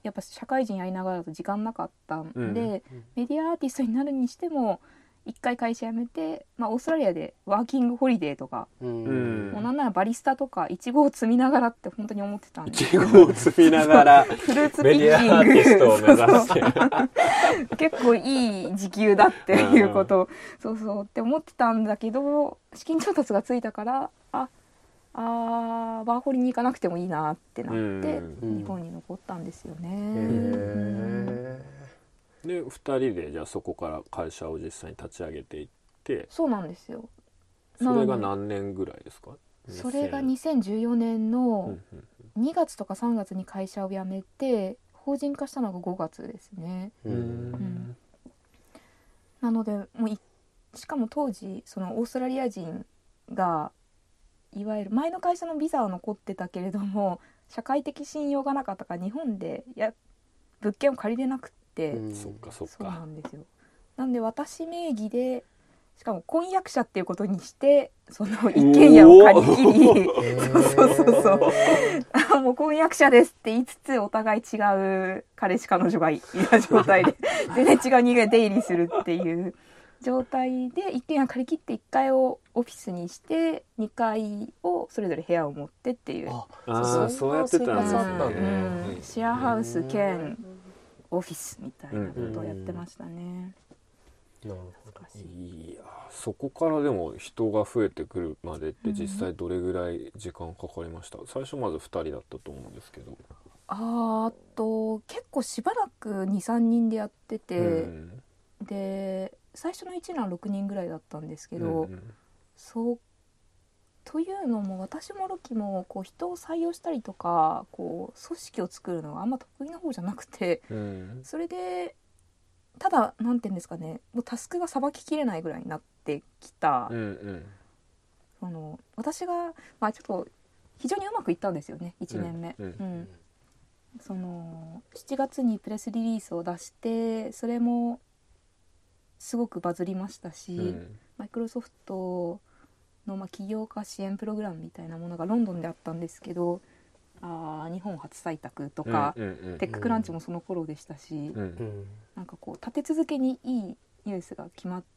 やっぱ社会人やりながらだと時間なかったんで、 うんメディアアーティストになるにしても一回会社辞めて、まあ、オーストラリアでワーキングホリデーとか、 うんうんもうなんならバリスタとかイチゴを摘みながらって本当に思ってたんで、 いちごを摘みながらフルーツピメディアッキングアーティストを目指そうしてそう結構いい時給だっていうことを、そうそうって思ってたんだけど、資金調達がついたからああーワーホリに行かなくてもいいなってなって、 うん日本に残ったんですよね。 へでふたりでじゃあそこから会社を実際に立ち上げていってそうなんですよ。 それが何年ぐらいですか？ それがにせんじゅうよねんうんのうんにがつとかさんがつに会社を辞めて法人化したのがごがつですね。 ううんんなのでもういしかも当時そのオーストラリア人がいわゆる前の会社のビザは残ってたけれども社会的信用がなかったから日本でや物件を借りれなくって、 うんそっかそっそうなかんですよ。なんで私名義でしかも婚約者っていうことにしてその一軒家を借り切りそうそうそうそうあもう婚約者ですって言いつつお互い違う彼氏彼女がいた状態で全然違う人間が出入りするっていう状態で一軒家借り切っていっかいをオフィスにしてにかいをそれぞれ部屋を持ってっていう、 あああそうやってたんですそんな生活あったんだうんうんシェアハウス兼オフィスみたいなことをやってましたね。 なるほど。 いやそこからでも人が増えてくるまでって実際どれぐらい時間かかりました？最初まずふたりだったと思うんですけど、 あーと結構しばらく にさんにんでやってて、 うんで最初のいちねんはろくにんぐらいだったんですけど、 うんうんそうというのも私もロキもこう人を採用したりとかこう組織を作るのがあんま得意な方じゃなくて、 うんそれでただなんていうんですかねもうタスクがさばききれないぐらいになってきた、 うんうんその私が、まあ、ちょっと非常にうまくいったんですよねいちねんめ。 うんうんそのしちがつにプレスリリースを出してそれもすごくバズりましたし、 うんマイクロソフトのまあ起業家支援プログラムみたいなものがロンドンであったんですけどあ日本初採択とか、 うんうんうんテッククランチもその頃でしたし、 うんうんなんかこう立て続けにいいニュースが決まって、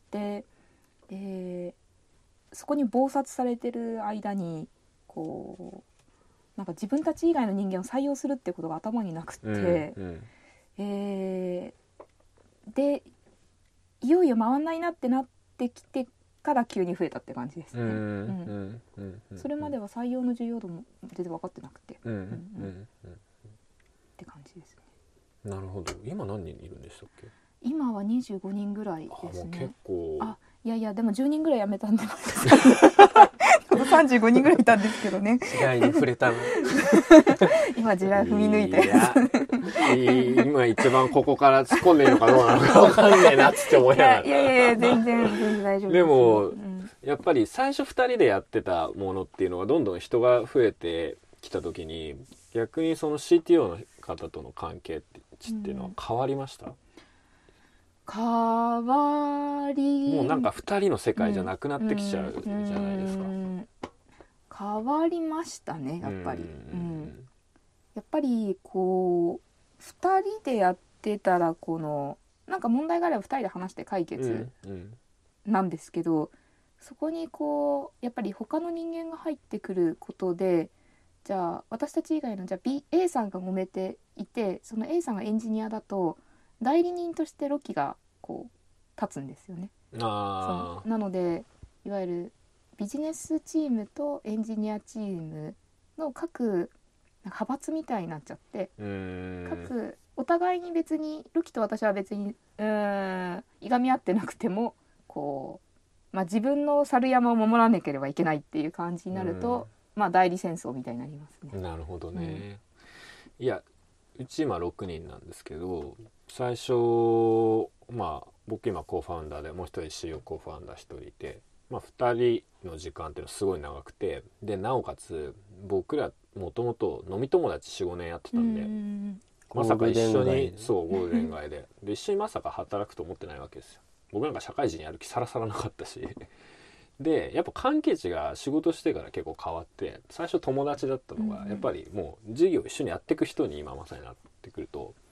えーそこに忙殺されてる間にこうなんか自分たち以外の人間を採用するってことが頭になくって、 うんうんえーでいよいよ回んないなってなってきてから急に増えたって感じですね。 うんうんうんうんうんそれまでは採用の重要度も全然分かってなくて、 うんううんんって感じですね。 うんなるほど。今何人いるんでしたっけ？ 今はにじゅうごにんぐらいあもうですね。 結構あいやいやでもじゅうにんぐらい辞めたんでさんじゅうごにんぐらいいたんですけどね。 時代に触れたの。 今地雷踏み抜いたやつ。 いやいい今一番ここから突っ込んでいいのかどうなのかわかんないなっつって思いいながら。 やいやいや全然全然大丈夫です。 でもうんやっぱり最初ふたりでやってたものっていうのがどんどん人が増えてきた時に逆にその シーティーオー の方との関係値っていうのは変わりました？ 変わりもうなんかふたりの世界じゃなくなってきちゃうじゃないですか。 うん変わりましたねやっぱり。 ううんんやっぱりこうふたりでやってたらこのなんか問題があればふたりで話して解うん決うんなんですけど、そこにこうやっぱり他の人間が入ってくることでじゃあ私たち以外のじゃあ B A さんが揉めていてその A さんがエンジニアだと代理人としてロキがこう立つんですよね。 あそうなのでいわゆるビジネスチームとエンジニアチームの各派閥みたいになっちゃって、 ーうんかつお互いに別にルキと私は別にうーんいがみ合ってなくてもこう、まあ、自分の猿山を守らなければいけないっていう感じになると、まあ、代理戦争みたいになりますね。 なるほどね、いやうち今ろくにんなんですけど最初まあ僕今コーファウンダーでもう一人 シーイーオー コーファウンダーひとりいて、まあ、ふたりの時間っていうのはすごい長くてでなおかつ僕らもともと飲み友達 よんごねんやってたんで、 うんまさか一緒ゴールデン街にそうゴールデン街でで一緒にまさか働くと思ってないわけですよ。僕なんか社会人やる気さらさらなかったしでやっぱ関係値が仕事してから結構変わって最初友達だったのが、 うんやっぱりもう事業一緒にやっていく人に今まさになってくると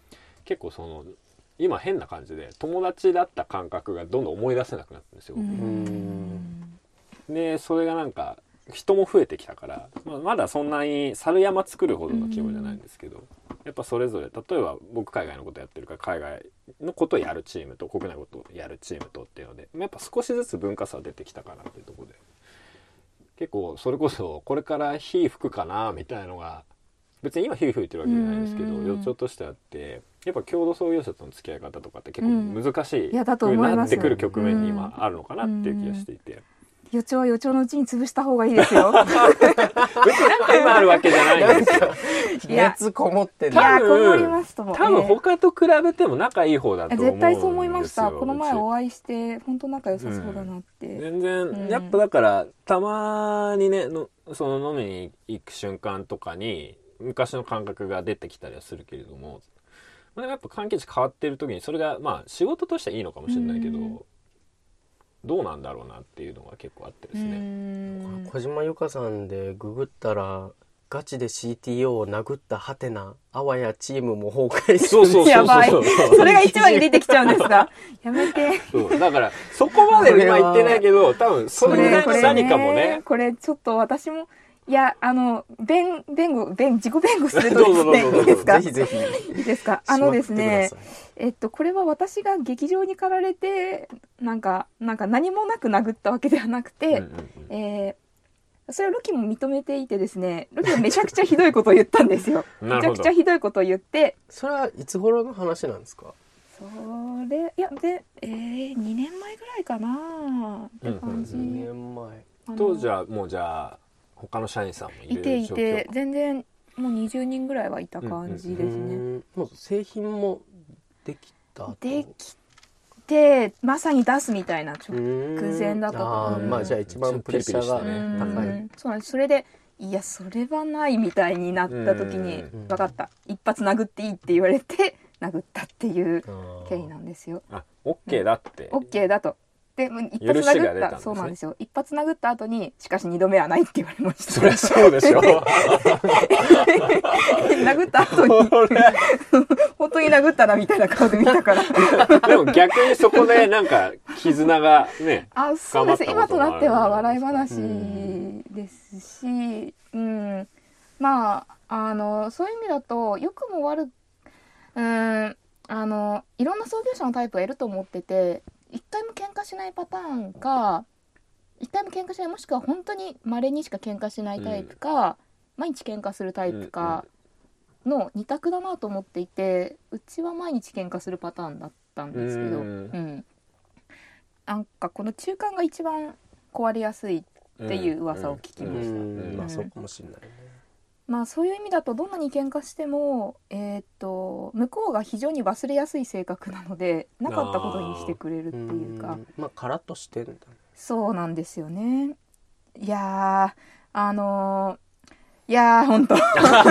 結構その今変な感じで友達だった感覚がどんどん思い出せなくなったんですよ。 うんでそれがなんか人も増えてきたから、まあ、まだそんなに猿山作るほどの規模じゃないんですけど、やっぱそれぞれ例えば僕海外のことやってるから海外のことをやるチームと国内のことをやるチームとっていうのでやっぱ少しずつ文化差出てきたかなっていうところで、結構それこそこれから火吹くかなみたいなのが別に今火吹いてるわけじゃないんですけど予兆としてあって、やっぱ共同創業者との付き合い方とかって結構難しい風になってくる局面に今あるのかなっていう気がしていて、 予兆は予兆のうちに潰した方がいいですよ。 別になんか今あるわけじゃないんですよ。 熱こもってる。 いやこもりますとも。 多分他と比べても仲いい方だと思うんですよ。 絶対そう思いました。この前お会いして本当仲良さそうだなって。 うん、全然、うん、やっぱだからたまにねのその飲みに行く瞬間とかに昔の感覚が出てきたりはするけれども、まあ、やっぱ関係値変わってる時にそれがまあ仕事としてはいいのかもしれないけど。うんどうなんだろうなっていうのが結構あってですね。 小島由香さんでググったらガチで シーティーオー を殴ったハテナあわやチームも崩壊する。 そうそうそうそうやばい。それが一番に出てきちゃうんですか。やめて。 そうだからそこまで今言ってないけど多分それぐらいの何かもね。 これちょっと私もいやあの弁弁護弁自己弁護するとですねいいですか。 ぜひぜひ。 いいですか。あのですね。えっとこれは私が劇場に駆られてなんかなんか何もなく殴ったわけではなくて、うんうんうん、えー、それをロキも認めていてですね、ロキはめちゃくちゃひどいことを言ったんですよ。めちゃくちゃひどいことを言って。 それはいつ頃の話なんですか。 それいやで、えー、にねんまえぐらいかなって感じ。 うんうん、にねんまえとじゃあもうじゃあ他の社員さんもいる状況。 いていて全然もうにじゅうにんぐらいはいた感じですね。うんうん、 もう製品もできたできてまさに出すみたいな直前だとあ、まあじゃあ一番プレッシャーが、ね、高い。 そうなんです。それでいやそれはないみたいになった時に分かった一発殴っていいって言われて殴ったっていう経緯なんですよ。 あ OK だって、 うん、OK だとで一発殴った、ね、そうなんですよ。一発殴った後にしかし二度目はないって言われました。 そりゃそうでしょ。 殴った後に本当に殴ったなみたいな顔で見たからでも逆にそこでなんか絆がねあそうです今となっては笑い話ですし、うん、まああのそういう意味だと良くも悪くうんあのいろんな創業者のタイプがいると思ってて一回も喧嘩しないパターンか一回も喧嘩しないもしくは本当に稀にしか喧嘩しないタイプか、うん、毎日喧嘩するタイプかの二択だなと思っていてうちは毎日喧嘩するパターンだったんですけど、うんうん、なんかこの中間が一番壊れやすいっていう噂を聞きました。 うんうんうん、まあそうかもしれないね。 まあそういう意味だとどんなに喧嘩しても、えー、っと向こうが非常に忘れやすい性格なのでなかったことにしてくれるっていうか、 まあカラッとしてるんだ。 そうなんですよね。いやーあのー、いやー本当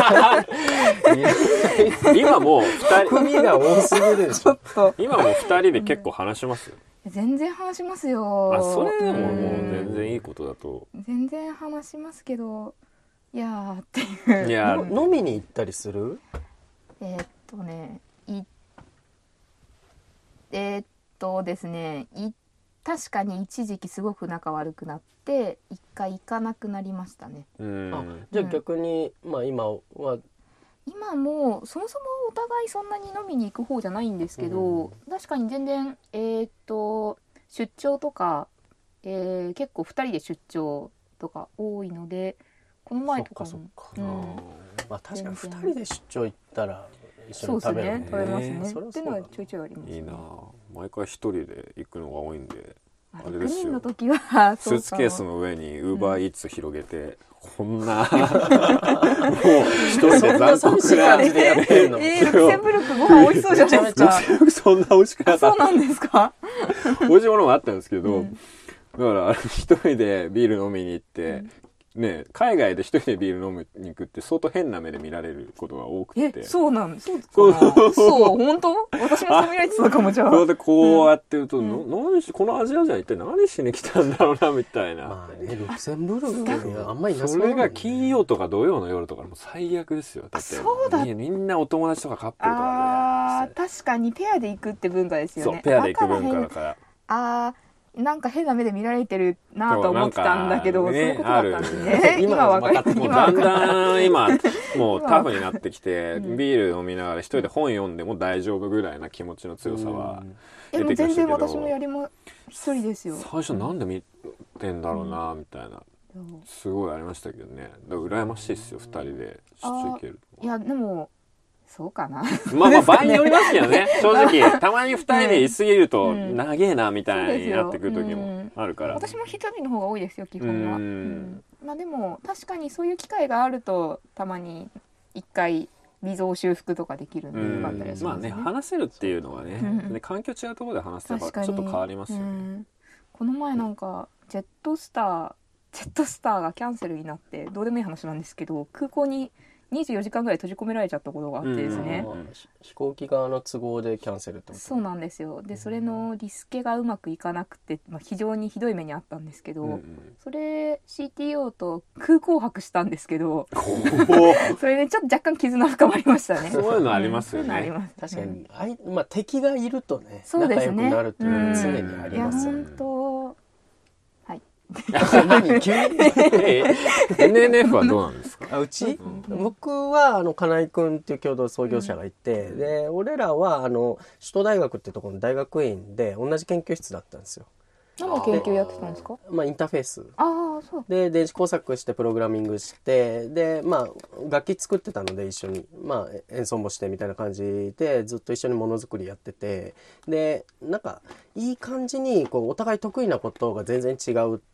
今もうふたり組が多すぎるでしょ。 ちょっと今もふたりで結構話しますよ。 全然話しますよ。 あそれでももう全然いいことだと。 全然話しますけどいやーっていう。 いや飲みに行ったりする？ えー、っとねいえー、っとですねい確かに一時期すごく仲悪くなって一回行かなくなりましたね。 うんあじゃあ逆に、うん、まあ今は今もそもそもお互いそんなに飲みに行く方じゃないんですけど、うん、確かに全然えー、っと出張とか、えー、結構ふたりで出張とか多いのでこの前とかもそっかそっか、 うんまあ、確かにふたりで出張行ったら一緒に食べるね。 そうですね食べますねっていうのはちょいちょいありますね。 いいな毎回一人で行くのが多いんであれですよろくにんの時はスーツケースの上にウーバーイーツ広げて、うん、こんなもう一人で残酷な感じでやってるの。 えー、ルクセンブルクご飯美味しそうじゃないですか。 そんな美味しくなかった。 そうなんですか。 美味しいものもあったんですけど、 うん、 だから一人でビール飲みに行って、 ね、海外で一人でビール飲むに行くって相当変な目で見られることが多くて。 え、そうなんそうかなそう、本当私もそう見られてたかも、じゃあ。 それでこうやってると、 うんな何しこのアジア人は一体何しに来たんだろうなみたいな。 まあね、ルクセンブルクにはあんまりいなそうだもんね。 それが金曜とか土曜の夜とかもう最悪ですよ。だってそうだみみんなお友達とかカップルとかあで、 ー確かにペアで行くって文化ですよね。 そうペアで行く文化だだからあーなんか変な目で見られてるなと思ってたんだけど、そう,、 そうなんかねいうことだったんですあね。 る今わかる。 今もうだん今わかる。 だん今もうタフになってきて、 うんビール飲みながら一人で本読んでも大丈夫ぐらいな気持ちの強さはでも全然私もやりも一人ですよ。 最初なんで見てんだろうなみたいな、 うんすごいありましたけどね。だから羨ましいですよ、二人で出張行けるいやでもそうかな。 まあまあ場合によりますけどね正直たまに二人でいすぎるとうん長えなみたいになってくる時もあるから、 私も一人の方が多いですよ基本は。 うんうんまあでも確かにそういう機会があるとたまに一回溝修復とかできるんでよかったりはしまあますね。 ね話せるっていうのはね、 うんで環境違うところで話せば確かにちょっと変わりますよね、 うんこの前なんかジェットスタージェットスターがキャンセルになってどうでもいい話なんですけど空港ににじゅうよじかんぐらい閉じ込められちゃったことがあってですね、 うん飛行機側の都合でキャンセルってことそうなんですよ。でそれのリスケがうまくいかなくて、まあ、非常にひどい目にあったんですけど、 うんうんそれ シーティーオー と空港泊したんですけどおそれでちょっと若干絆深まりましたね。 そういうのありますよねうんそういうのあります確かうんに、あいまあ、敵がいるとねそうですね仲良くなるっていうのは常にありますよね。 うんいや本当はい何急にえ エヌエヌエフ はどうなんですかあうち、 うん僕はあの金井君っていう共同創業者がいて、で俺らはあの首都大学っていうところの大学院で同じ研究室だったんですよ。 何の研究やってたんですか？ まあ、インターフェースああそうで電子工作してプログラミングしてで、まあ、楽器作ってたので一緒に、まあ、演奏もしてみたいな感じでずっと一緒にものづくりやっててでなんかいい感じにこうお互い得意なことが全然違うって、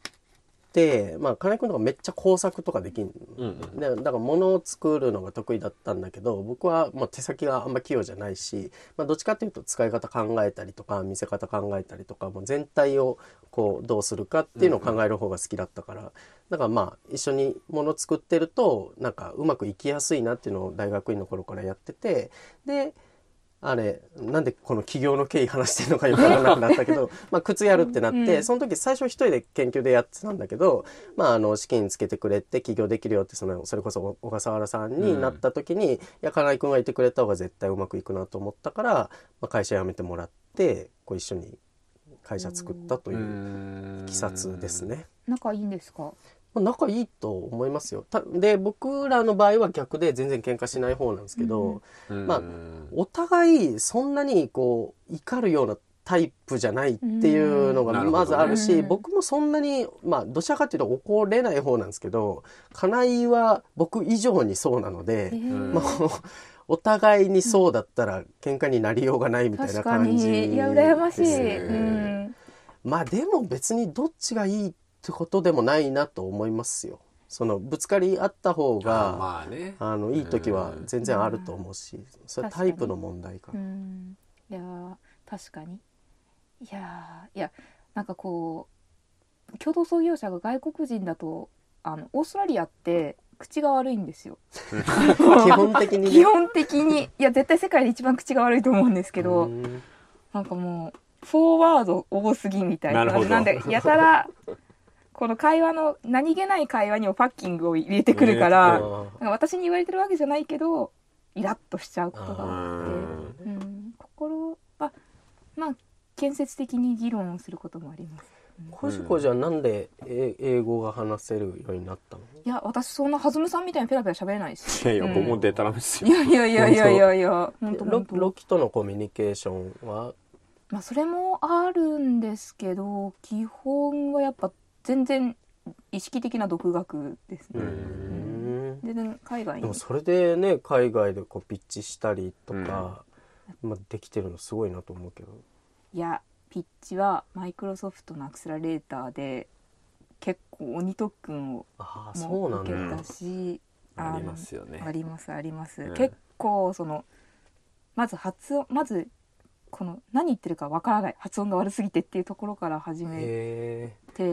まあ、金井君とかめっちゃ工作とかできん、 うんうんでだから物を作るのが得意だったんだけど僕はもう手先があんま器用じゃないし、まあ、どっちかっていうと使い方考えたりとか見せ方考えたりとかもう全体をこうどうするかっていうのを考える方が好きだったから、だからまあ一緒に物作ってるとなんかうまくいきやすいなっていうのを大学院の頃からやってて、であれなんでこの起業の経緯話してるのかよくわからなくなったけどまあ靴やるってなって、 うんその時最初一人で研究でやってたんだけど、まあ、あの資金つけてくれて起業できるよってそのそれこそ小笠原さんになった時に、いや金井君がいてくれた方が絶対うまくいくなと思ったから、まあ、会社辞めてもらってこう一緒に会社作ったといういきさつですね。 仲いいんですか？ まあ仲いいと思いますよ。たで僕らの場合は逆で全然喧嘩しない方なんですけど、 うんまあお互いそんなにこう怒るようなタイプじゃないっていうのがまずあるし、 うん僕もそんなにまあどちらかというと怒れない方なんですけど、金井は僕以上にそうなので、 えーまあお互いにそうだったら喧嘩になりようがないみたいな確か感じにいや羨ましい、 ですねうん、 まあでも別にどっちがいいってことでもないなと思いますよ。そのぶつかり合った方あがまあねあのいい時は全然あると思うし、それはタイプの問題かう。んいやー確かにいやーいやなんかこう共同創業者が外国人だとあのオーストラリアって口が悪いんですよ基本的にね。 基本的にいや絶対世界で一番口が悪いと思うんですけど、 うんなんかもうフォーワード多すぎみたいななるほどなんでやたらこの会話の何気ない会話にもパッキングを入れてくるから、 あなんか私に言われてるわけじゃないけどイラッとしちゃうことがうあって、 んうん、心はまあ建設的に議論をすることもあります。 コジコじゃなんでえ英語が話せるようになったの？ いや私そんなはずむさんみたいにペラペラ喋れないですいやいや、 うん僕もデタラメですよいやいやいやいやいやいや本当ロ本当ロキとのコミュニケーションはまあそれもあるんですけど基本はやっぱ全然意識的な独学ですうね、 ん全然海外にでもそれでね海外でこうピッチしたりとか、まあ、できてるのすごいなと思うけど。 いやピッチはマイクロソフトのアクセラレーターで結構鬼特訓をああそもうなんだ。 受けたし、 ありのますよねありますあります、 うん結構そのまず発音まずこの何言ってるかわからない発音が悪すぎてっていうところから始めへて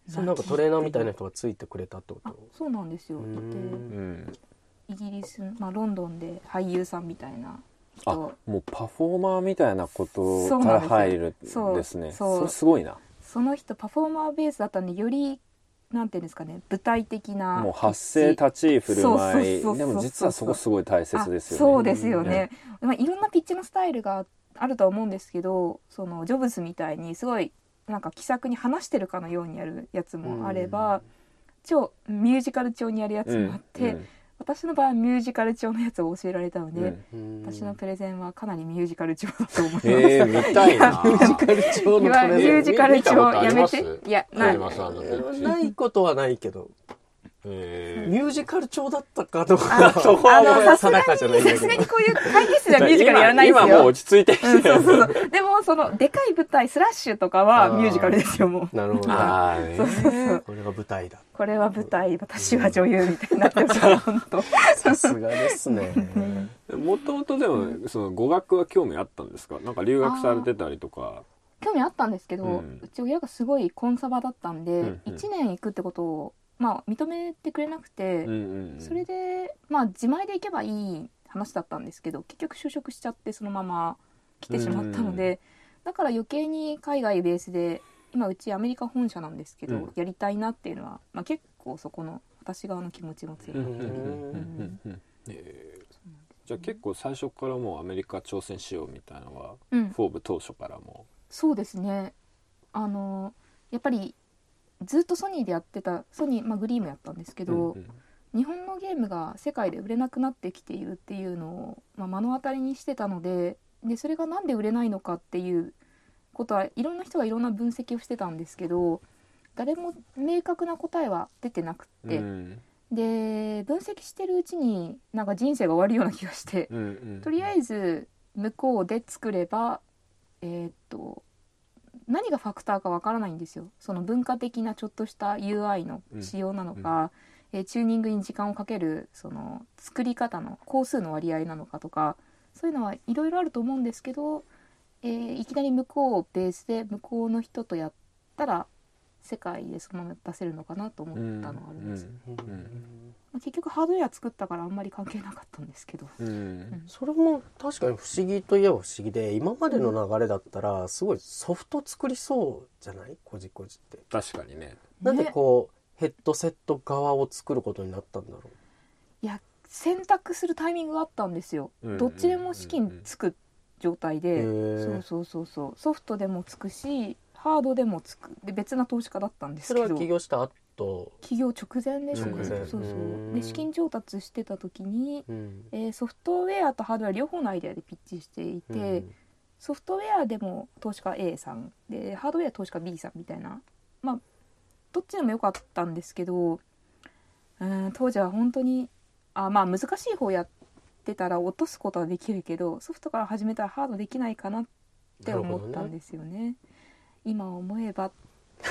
それなんかトレーナーみたいな人がついてくれたってこあと？ そうなんですよ。 うーんでうんイギリス、まあ、ロンドンで俳優さんみたいなあ人、 もうパフォーマーみたいなことからそうなんですよ入るんそうですね。 そうそれすごいな。 その人パフォーマーベースだったんでよりなんていうんですかね舞台的なもう発声立ち居振る舞いそうそうそうそうでも実はそこすごい大切ですよね。 あそうですよね、まあ、いろんなピッチのスタイルがあるとは思うんですけどそのジョブズみたいにすごいなんか気さくに話してるかのようにやるやつもあれば、超ミュージカル調にやるやつもあって、 うん私の場合はミュージカル調のやつを教えられたので、 うん私のプレゼンはかなりミュージカル調だと思います、 えー、見たいな。 ミュージカル調のいやミュトレーージカル調やめて見たことありますいやない小島さんのピッチないことはないけど、 えミュージカル調だったかどうあかそこはあのさすが定かじゃないんだけどにさすがにこういう会議室ではミュージカルやらないですよ今今もう落ち着いてきて、 うん、そうそうそうでもそのでかい舞台スラッシュとかはミュージカルですよもうなるほど。 あーねそうそうそうこれが舞台だ。 これは舞台私は女優みたいになってました本当さすがですね。 もともとでもその語学は興味あったんですか？なんか留学されてたりとか。 興味あったんですけど、 ううんち親がすごいコンサバだったんで、 うんうんいちねん行くってことを、まあ、認めてくれなくて、 うんうんうんそれで、まあ、自前で行けばいい話だったんですけど結局就職しちゃってそのまま来てしまったので、だから余計に海外ベースで今うちアメリカ本社なんですけど、 うんやりたいなっていうのは、まあ、結構そこの私側の気持ちも強い、 うんうんうんうんうんえーじゃあ結構最初からもうアメリカ挑戦しようみたいなのは、 うんフォーブ当初からも。 そうですねあのやっぱりずっとソニーでやってたソニー、まあ、グリームやったんですけど、 うんうん日本のゲームが世界で売れなくなってきているっていうのを、まあ、目の当たりにしてたので、でそれがなんで売れないのかっていうことはいろんな人がいろんな分析をしてたんですけど誰も明確な答えは出てなくって、 うんで分析してるうちになんか人生が終わるような気がして、 うんうんとりあえず向こうで作ればえーっと何がファクターかわからないんですよ。その文化的なちょっとした ユーアイ の仕様なのか、えーチューニングに時間をかけるその作り方の工数の割合なのかとかそういうのはいろいろあると思うんですけど、えーいきなり向こうをベースで向こうの人とやったら世界でそのまま出せるのかなと思ったのはあります、 うんまあ結局ハードウェア作ったからあんまり関係なかったんですけど、 うんうんそれも確かに不思議といえば不思議で、今までの流れだったらすごいソフト作りそうじゃない？こじこじって。 確かにね。 なんでこうヘッドセット側を作ることになったんだろいや選択するタイミングがあったんですよ、 うんどっちでも資金つく状態で、 へーそうそうそうそうソフトでもつくしハードでもつくで別な投資家だったんでう。それはすけど起業した後。 起業直前でしたね、 直前そうそううんで資金調達してた時に、 うんえーソフトウェアとハードウェア両方のアイデアでピッチしていて、 うんソフトウェアでも投資家 A さんでハードウェア投資家 B さんみたいなまあどっちでもよかったんですけどうん当時は本当にあまあ難しい方やってたら落とすことはできるけどソフトから始めたらハードできないかなって思ったんですよね。今思えば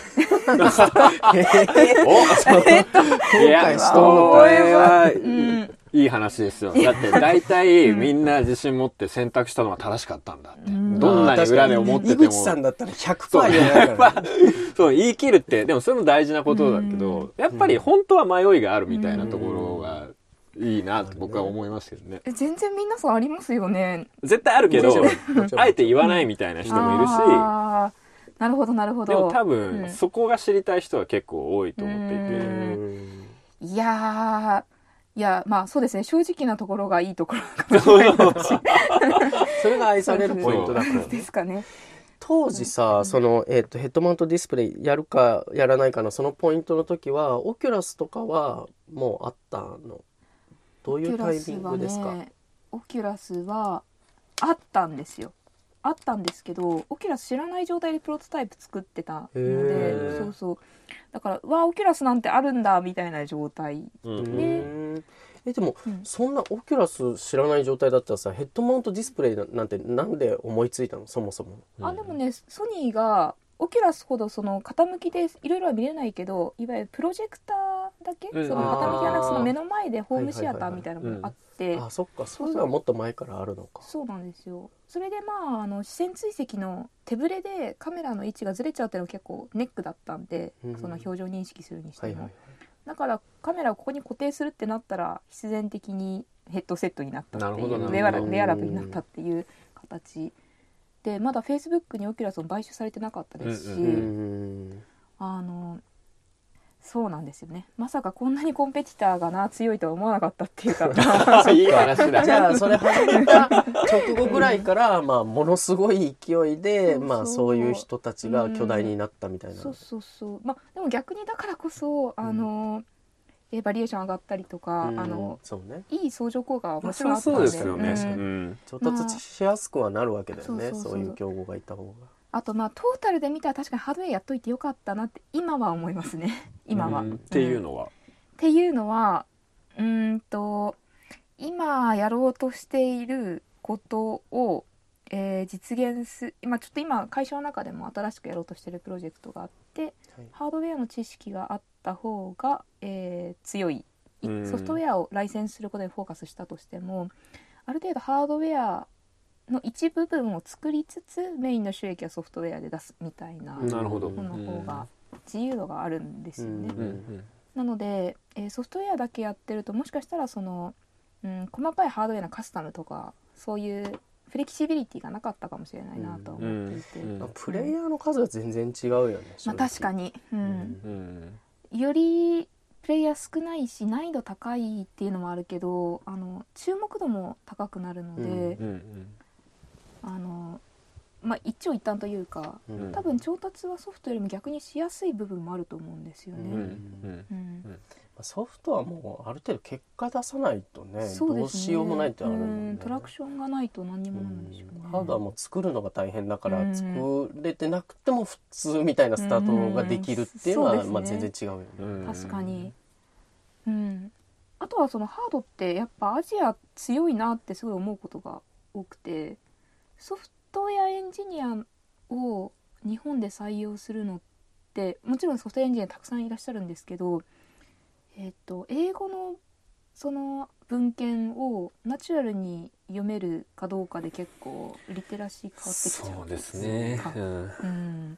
おいや今回これはうんいい話ですよ。だって大体みんな自信持って選択したのが正しかったんだって。 うんどんなに裏で思ってても。 井口さんだったら ひゃくパーセント 言えないからね。 そう言い切るってでもそれも大事なことだけうどやっぱり本当は迷いがあるみたいなところがいいなって僕は思いますけどね。 え全然皆さんありますよね。 絶対あるけどもちろんもちろんあえて言わないみたいな人もいるしあーなるほどなるほど。 でも多う分んそこが知りたい人は結構多いと思っていて。 うんいやーいやまあそうですね正直なところがいいところかもしれないですしそれが愛されるポイントだからでね。 すかね。 当時さ、その、えーと、ヘッドマウントディスプレイやるかやらないかのそのポイントの時は、オキュラスとかはもうあったの？どういうタイミングですか？ オキュラスはねオキュラスはあったんですよ。あったんですけどオキュラス知らない状態でプロトタイプ作ってたのへでーそうそうだからうわオキュラスなんてあるんだみたいな状態うんうねんえでも、 うんそんなオキュラス知らない状態だったらさ、ヘッドマウントディスプレイなんてなんで思いついたのそもそも？ あでもねソニーがオキュラスほどその傾きでいろいろは見れないけど、いわゆるプロジェクターだけ、 うん、 その傾きがなくその目の前でホームシアターみたいなのもあって、 あ、そっか、そういうのはもっと前からあるのか。 そうなんですよ。それでまああの視線追跡の手ぶれでカメラの位置がずれちゃうっていうのが結構ネックだったんで、うん、その表情認識するにしても、はいはいはい、だからカメラをここに固定するってなったら必然的にヘッドセットになったっていう、ウェアラ、ウェアラブになったっていう形で、まだフェイスブックにオキュラスを買収されてなかったですし、うんうん、あのそうなんですよね。まさかこんなにコンペティターがな強いとは思わなかったっていうかいい話だ。 じゃあそれ始めた直後ぐらいから、まあ、ものすごい勢いで、そうそう、まあ、そういう人たちが巨大になったみたいな、うん、 そうそうそう、まあ、でも逆にだからこそあの、うん、バリエーション上がったりとか、うん、あのそうね、いい相乗効果はもちろんあったんで、 まあ、そうですよね、うん、 ちょっとずつしやすくはなるわけだよね、まあ、そうそうそう、そういう競合がいた方が。 あとまあトータルで見たら確かにハードウェアやっといてよかったなって今は思いますね今は、うん、 っていうのは、うん、 っていうのはうーんと今やろうとしていることを、えー、実現す、まあ、ちょっと今会社の中でも新しくやろうとしているプロジェクトがあって、はい、ハードウェアの知識があった方が、えー、強い、うん、ソフトウェアをライセンスすることにフォーカスしたとしてもある程度ハードウェアの一部分を作りつつメインの収益はソフトウェアで出すみたいなものの方が自由度があるんですよね、うんうんうん、なので、えー、ソフトウェアだけやってるともしかしたらその、うん、細かいハードウェアのカスタムとかそういうフレキシビリティがなかったかもしれないなと思っていて、うんうん、 プレイヤーの数は全然違うよね、 まあ、確かに、うんうん、よりプレイヤー少ないし難易度高いっていうのもあるけどあの注目度も高くなるので、うんうんうん、あのまあ、一長一短というか、うん、多分調達はソフトよりも逆にしやすい部分もあると思うんですよね、うんうんうん、 ソフトはもうある程度結果出さないと ね, そうですね、どうしようもないってあるもんね、 うん、トラクションがないと何にもなんでしょうね、 うん、ハードはもう作るのが大変だから、うん、作れてなくても普通みたいなスタートができるっていうのは、うん、まあ、全然違うよね、うん、 確かに、うん、あとはそのハードってやっぱアジア強いなってすごい思うことが多くてソフトウェアエンジニアを日本で採用するのってもちろんソフトウェアエンジニアたくさんいらっしゃるんですけど、えーと、英語のその文献をナチュラルに読めるかどうかで結構リテラシー変わってきちゃう。 そうですね、うんうん、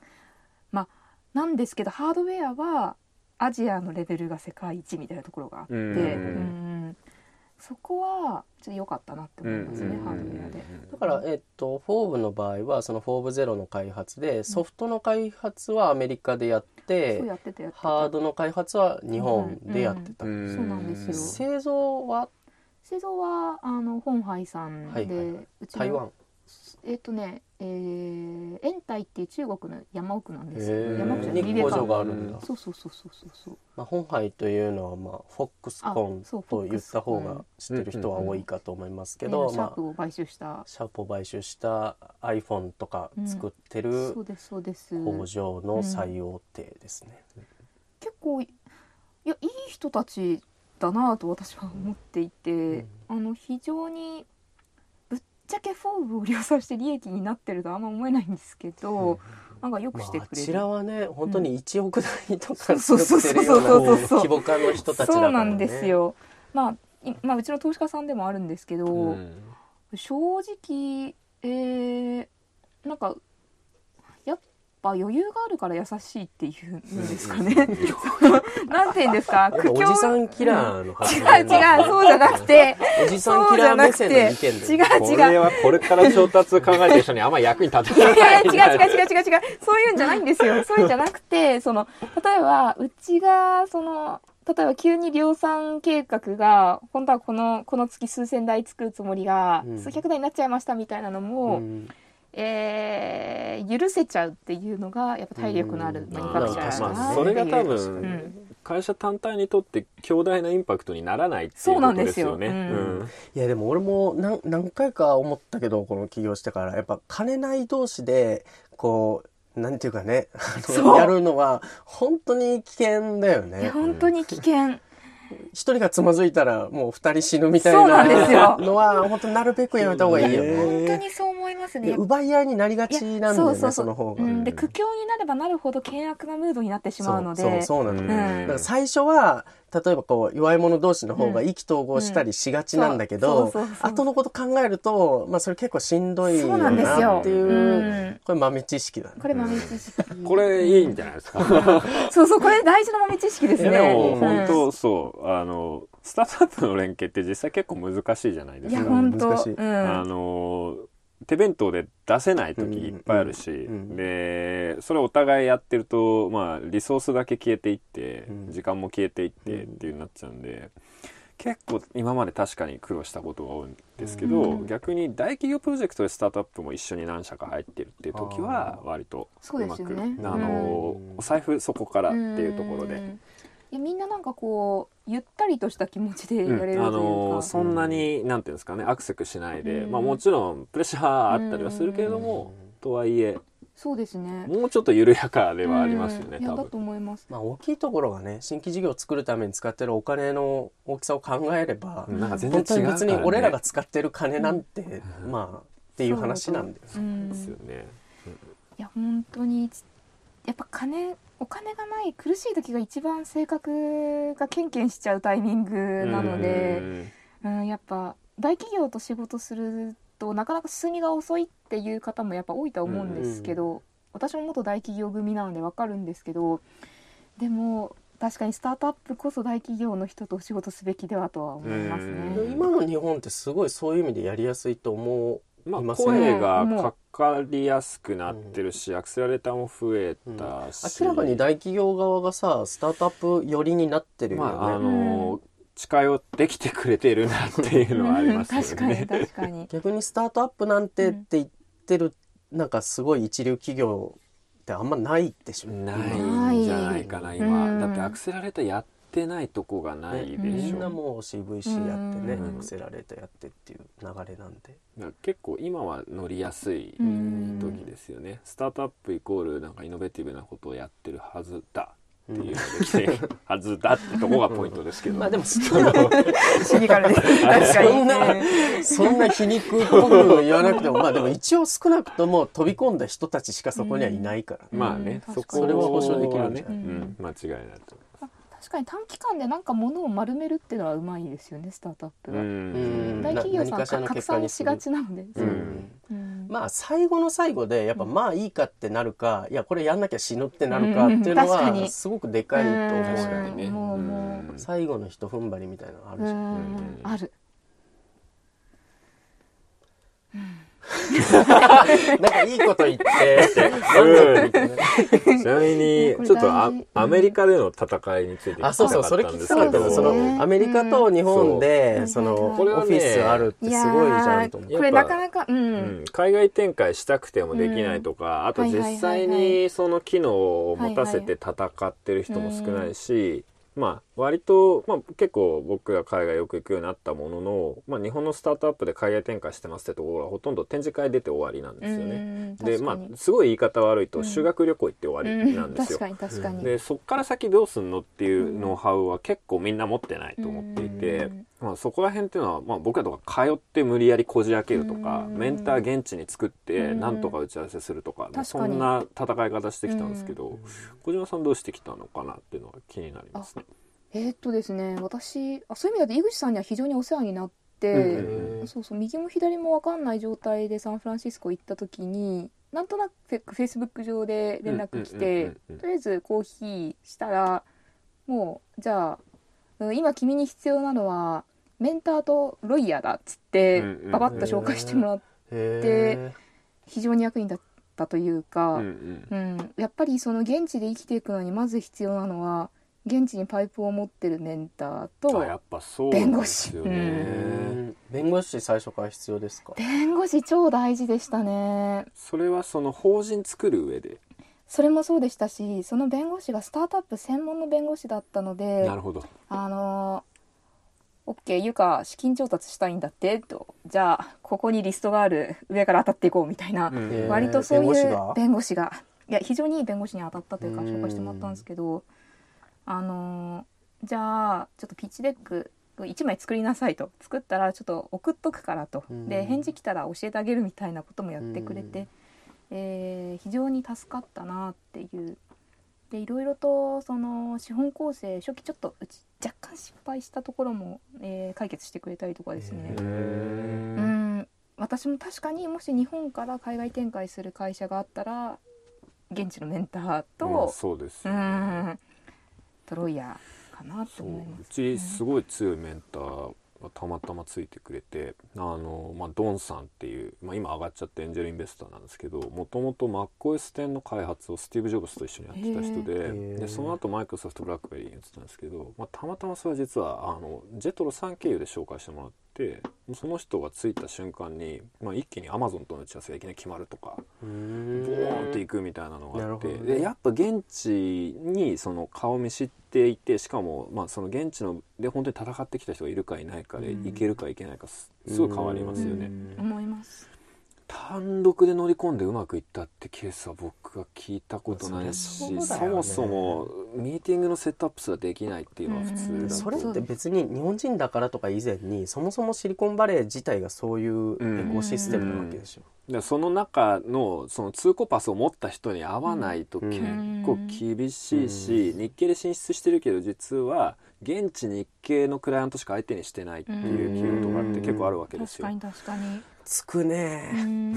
まあなんですけどハードウェアはアジアのレベルが世界一みたいなところがあって、うんうんそこはちょっと良かったなって思いますね、うん、ハードウェアで。 だから、えっと、フォーブの場合はそのフォーブゼロの開発で、うん、ソフトの開発はアメリカでやって、 そうやってたやってたハードの開発は日本でやってた、 うんうん、そうなんですよ。 製造は製造はあの本ハイさんで、はいはい、うちの台湾えっ、ー、とね、えー、延泰っていう中国の山奥なんです。 山奥に工場があるんだ。 そうそうそうそうそう。 まあ本杯というのはまあフォックスコンと言った方が知ってる人は多いかと思いますけど、 シャープを買収したシャープを買収した iPhone とか作ってる工場の最大手ですね。 うん、結構いやいい人たちだなと私は思っていて、うん、あの非常にぶっちゃけフォーブを量産して利益になってるとあんま思えないんですけど、うん、なんかよくしてくれる、まあ、 あちらはね本当にいちおくだいとか作ってるような規模感の人たちだからね。 そうなんですよ、まあ、まあうちの投資家さんでもあるんですけど、うん、正直、えー、なんかやっぱ余裕があるから優しいっていうんですかねなんて言うんですか、 おじさんキラーの発言、うん、違う違うそうじゃなくておじさんキラー目線の意見で違う違うこれはこれから調達考えてる人にあんまり役に立てないいやいや違う違う違う違う違うそういうんじゃないんですよそういうんじゃなくてその例えばうちがその例えば急に量産計画が本当はこのこの月数千台作るつもりが数百台になっちゃいましたみたいなのも、うんえー、許せちゃうっていうのがやっぱ体力のあるマニファクチャーだな、 まあ、それが多分、うん、会社単体にとって強大なインパクトにならないっていうことですよね。そうなんですよ、うんうん、 いやでも俺も 何, 何回か思ったけどこの起業してからやっぱ金ない同士でこうなんていうかねやるのは本当に危険だよね。 本当に危険一人がつまずいたらもう二人死ぬみたいそうなんですよなのは本当なるべくやめた方がいいよね。 本当にそう思いますね。 で奪い合いになりがちなんだよね、そそうそうそうの方が、 うん、で苦境になればなるほど険悪なムードになってしまうので、 そうそうそうなの、 うんだから最初は例えばこう弱い者同士の方が意気投合したりしがちなんだけど、 うんそうそうそうそう後のこと考えると、まあ、それ結構しんどいよそうなんですよなっていう、 うんこれ豆知識だね。 これ豆知識これいいんじゃないですか。 そうそう、これ大事な豆知識ですね。 いやでもうん本当そうあのスタートアップの連携って実際結構難しいじゃないでいやすか。 本当、 難しいうん、 あの手弁当で出せない時いっぱいあるし、 うんうんでそれお互いやってると、まあ、リソースだけ消えていって、 うん時間も消えていってっていうなっちゃうんで、結構今まで確かに苦労したことが多いんですけど、 うん逆に大企業プロジェクトでスタートアップも一緒に何社か入ってるっていう時は割とそううまく、 ですよねあのうんお財布そこからっていうところで。 うんいやみんななんかこうゆったりとした気持ちでやうんれるというか、 あのーそんなになんていうんですかねアクセクしないで、 うんまあ、もちろんプレッシャーあったりはするけれども、とはいえそうですね。 もうちょっと緩やかではありますよね、 うんいやだ多分と思います。 まあ、大きいところがね新規事業を作るために使ってるお金の大きさを考えれば、 うんなんか全本当に然違うから、ね、 別に俺らが使ってる金なんて、まあっていう話なんだよ。 うんですよね、 いや本当にやっぱ金お金がない苦しい時が一番性格がケンケンしちゃうタイミングなので、うん、やっぱ大企業と仕事するとなかなか進みが遅いっていう方もやっぱ多いとは思うんですけど、私も元大企業組なので分かるんですけど、でも確かにスタートアップこそ大企業の人とお仕事すべきではとは思いますね。 で今の日本ってすごいそういう意味でやりやすいと思う。 まあ、 いますよね声がかかりやすくなってるし、アクセラレーターも増えたし、 明らかに大企業側がさスタートアップ寄りになってるよね。 まああの近寄ってきてくれてるなっていうのはありますよね。 確かに確かに逆にスタートアップなんてって言ってる、なんかすごい一流企業ってあんまないでしょ。 ないんじゃないかな今、 うんだってアクセラレーターやってないとこがないでしょ、 みんなもう シーブイシー やってね、 うんアクセラレーターやってっていう流れなんで。 だから結構今は乗りやすいうん時ですよね。スタートアップイコールなんかイノベーティブなことをやってるはずだっていうので来てるはずだってとこがポイントですけど、 まあでもそんなシニカルで確かにそんなそんな皮肉っぽく言わなくてもまあでも一応少なくとも飛び込んだ人たちしかそこにはいないから、ねまあね、 うんそこそれは保証できるんじね、 ゃないうん、間違いないと確かに短期間でなんか物を丸めるっていうのはうまいですよねスタートアップが、 思う。 うん大企業さん何かしらの拡結果にする散しがちなので、 ううんんうんまあ最後の最後でやっぱまあいいかってなるか、いやこれやんなきゃ死ぬってなるかっていうのうん確かにはすごくでかいと思う確よかにね。 もうもうん最後の一踏ん張りみたいなのあるじゃん、 うんうんあるなんかいいこと言ってって満足みたいなちなみにこれちょっとあ大事アメリカでの戦いについて聞きたかあそうそうそれったん聞きですけど、 たかったのそそうですねのアメリカと日本で、 うんそのそうこれはねオフィスあるってすごいじゃんと思って。 これなかなかうん、 うん、海外展開したくてもできないとか、あと実際はいはいはいはにその機能を持たせて戦ってる人も少ないし、まあ割と、まあ、結構僕が海外よく行くようになったものの、まあ、日本のスタートアップで海外展開してますってところはほとんど展示会出て終わりなんですよね。 うんでま確かにあすごい言い方悪いとうん修学旅行行って終わりなんですよ。 確かに確かに、 でそっから先どうすんのっていうノウハウは結構みんな持ってないと思っていて、 うんまあ、そこら辺っていうのは、まあ、僕らとか通って無理やりこじ開けるとか、 うんメンター現地に作ってうんなんとか打ち合わせするとか、 確かにそんな戦い方してきたんですけど、小島さんどうしてきたのかなっていうのは気になりますね。 えーっとですね私あそういう意味だと井口さんには非常にお世話になって、 うんうんそうそう右も左も分かんない状態でサンフランシスコ行った時になんとなくフェフェイスブック上で連絡来うんうんうんてうんうんとりあえずコーヒーしたらもうじゃあうん今君に必要なのはメンターとロイヤーだっつってうんうんババッと紹介してもらってへ非常に役に立ったというか、 うんうんうん、やっぱりその現地で生きていくのにまず必要なのは現地にパイプを持ってるメンターとあやっぱそうなんですよーね。 うん弁護士最初から必要ですか？ 弁護士超大事でしたね。 それはその法人作る上で。 それもそうでしたしその弁護士がスタートアップ専門の弁護士だったのでなるほど。 あの OK ゆか資金調達したいんだってとじゃあここにリストがある上から当たっていこうみたいな、 うんへー割とそういう弁護士が弁護士がいや非常にいい弁護士に当たったというかうん紹介してもらったんですけどあのじゃあちょっとピッチデックいちまい作りなさいと、作ったらちょっと送っとくからと、で返事来たら教えてあげるみたいなこともやってくれて、えー、非常に助かったなっていう。でいろいろとその資本構成初期ちょっとうち若干失敗したところも、えー、解決してくれたりとかですね。うん私も確かにもし日本から海外展開する会社があったら現地のメンターと、 まあ、そうですよね、 うんトロイヤーかなと思います。 うちすごい強いメンターがたまたまついてくれて、あの、まあ、ドンさんっていう、まあ、今上がっちゃってエンジェルインベスターなんですけど、もともと MacOS テンの開発をスティーブ・ジョブズと一緒にやってた人で、でその後マイクロソフトブラックベリーに移ったんですけど、まあ、たまたまそれは実はあのジェトロさん経由で紹介してもらって、その人が着いた瞬間に、まあ、一気に Amazon との打ち合わせがいきなり決まるとかボーンっていくみたいなのがあって、ね、でやっぱ現地にその顔見知っていて、しかもまあその現地ので本当に戦ってきた人がいるかいないかでいけるかいけないかすごい変わりますよね。 思います。 単独で乗り込んでうまくいったってケースは僕は聞いたことないし、そ,、ね、そもそもミーティングのセットアップすらできないっていうのは普通だと。 それって別に日本人だからとか以前にそもそもシリコンバレー自体がそういうエコシステムなわけでしょ。 でその中のそのツーコパスを持った人に会わないと結構厳しいし、日系で進出してるけど実は現地日系のクライアントしか相手にしてないっていう企業とかって結構あるわけですよ。 確かに確かにつくね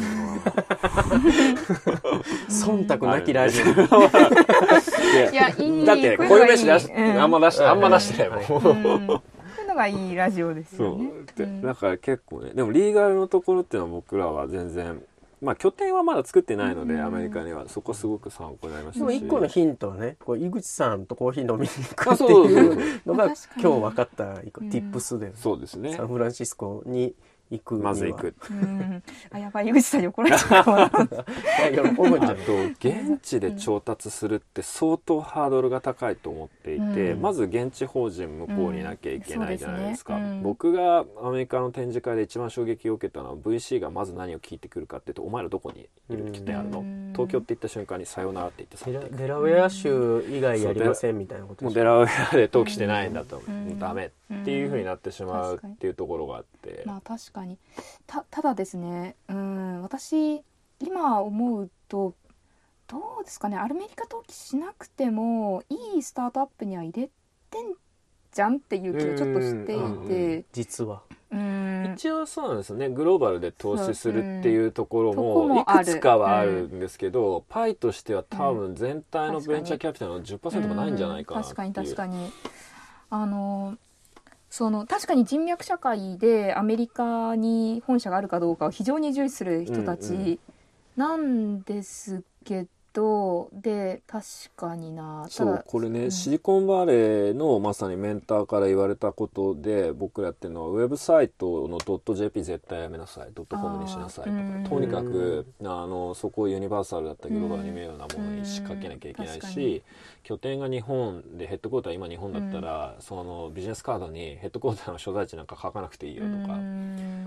忖度なきラジオいやいいだってこういう飯出し、うん、あんま出し、あんま出してないもん、うんうん、こういうのがいいラジオですよね。 そうでだから結構ね、でもリーガルのところっていうのは僕らは全然まあ拠点はまだ作ってないので、うん、アメリカにはそこすごく参考になりましたし、 でも一個のヒントはね、こう井口さんとコーヒー飲みに行くっていうのが今日分かった一個、うん、ティップスで、 そうですね、 サンフランシスコに行くにはまず行く、 うん、あやばい井口さんに怒られちゃうかもな喜ぶんじゃん。あと現地で調達するって相当ハードルが高いと思っていて、うん、まず現地法人向こうにいなきゃいけないじゃないですか、うんですね、うん、僕がアメリカの展示会で一番衝撃を受けたのは ブイシー がまず何を聞いてくるかっていうと、お前らどこにいる拠点あるの、うん、東京って言った瞬間にさよならって言って去っていく。 デラウェア州以外やりませんみたいなこともうデラウェアで登記してないんだと、うん、もうダメっていう風になってしまうっていうところがあって、 まあ確かに た, ただですね、うん私今思うとどうですかね、アメリカ登記しなくてもいいスタートアップには入れてんじゃんっていう気がちょっとしていて、うん、 実はうん一応そうなんですよね。グローバルで投資するっていうところもいくつかはあるんですけど、うん、パイとしては多分全体のベンチャーキャピタルの じゅっパーセント もないんじゃないかなっていう、 うん、確かに確かにあのその確かに人脈社会でアメリカに本社があるかどうかを非常に重視する人たちなんですけど、うんうん、で確かになただそうこれね、うん、シリコンバレーのまさにメンターから言われたことで僕らやってるのは、ウェブサイトの .jp 絶対やめなさい、.com にしなさいとか、とにかくあのそこをユニバーサルだったりグローバルに見えるようなものに仕掛けなきゃいけないし、拠点が日本でヘッドクォーター今日本だったら、うん、そのビジネスカードにヘッドクォーターの所在地なんか書かなくていいよとか、うん、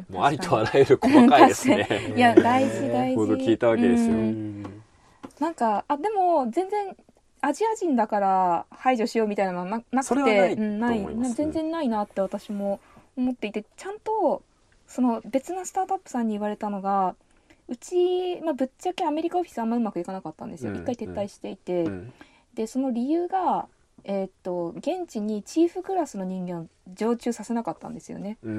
もうありとあらゆる細かいですねいや大事大事こと聞いたわけですよ、うん、 なんかあでも全然アジア人だから排除しようみたいなのは な, なくて、 それはないと思います、 全然ないなって私も思っていて、ちゃんとその別なスタートアップさんに言われたのが、うち、まあ、ぶっちゃけアメリカオフィスあんまうまくいかなかったんですよ、うん、一回撤退していて、うん、でその理由が、えー、っと現地にチーフクラスの人間を常駐させなかったんですよね。 うーん、うん、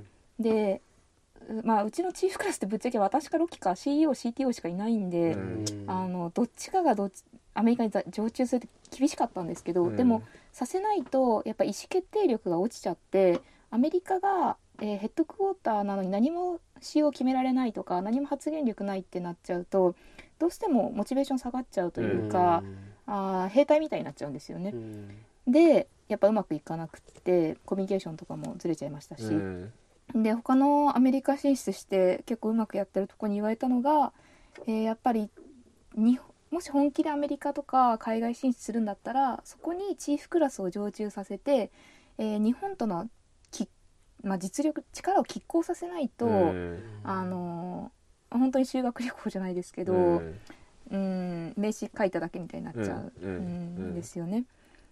で、まあ、うちのチーフクラスってぶっちゃけ私かロキか シーイーオー、シーティーオー しかいないんで、あのどっちかがどっちアメリカに常駐するって厳しかったんですけど、でもさせないとやっぱ意思決定力が落ちちゃって、アメリカが、えー、ヘッドクォーターなのに何も仕様を決められないとか何も発言力ないってなっちゃうと、どうしてもモチベーション下がっちゃうというか、うん、あ兵隊みたいになっちゃうんですよね、うん、でやっぱうまくいかなくってコミュニケーションとかもずれちゃいましたし、うん、で他のアメリカ進出して結構うまくやってるとこに言われたのが、えー、やっぱりにもし本気でアメリカとか海外進出するんだったらそこにチーフクラスを常駐させて、えー、日本とのき、まあ、実力力を拮抗させないと、うん、あの本当に修学旅行じゃないですけど、うんうん、名刺書いただけみたいになっちゃうんですよね。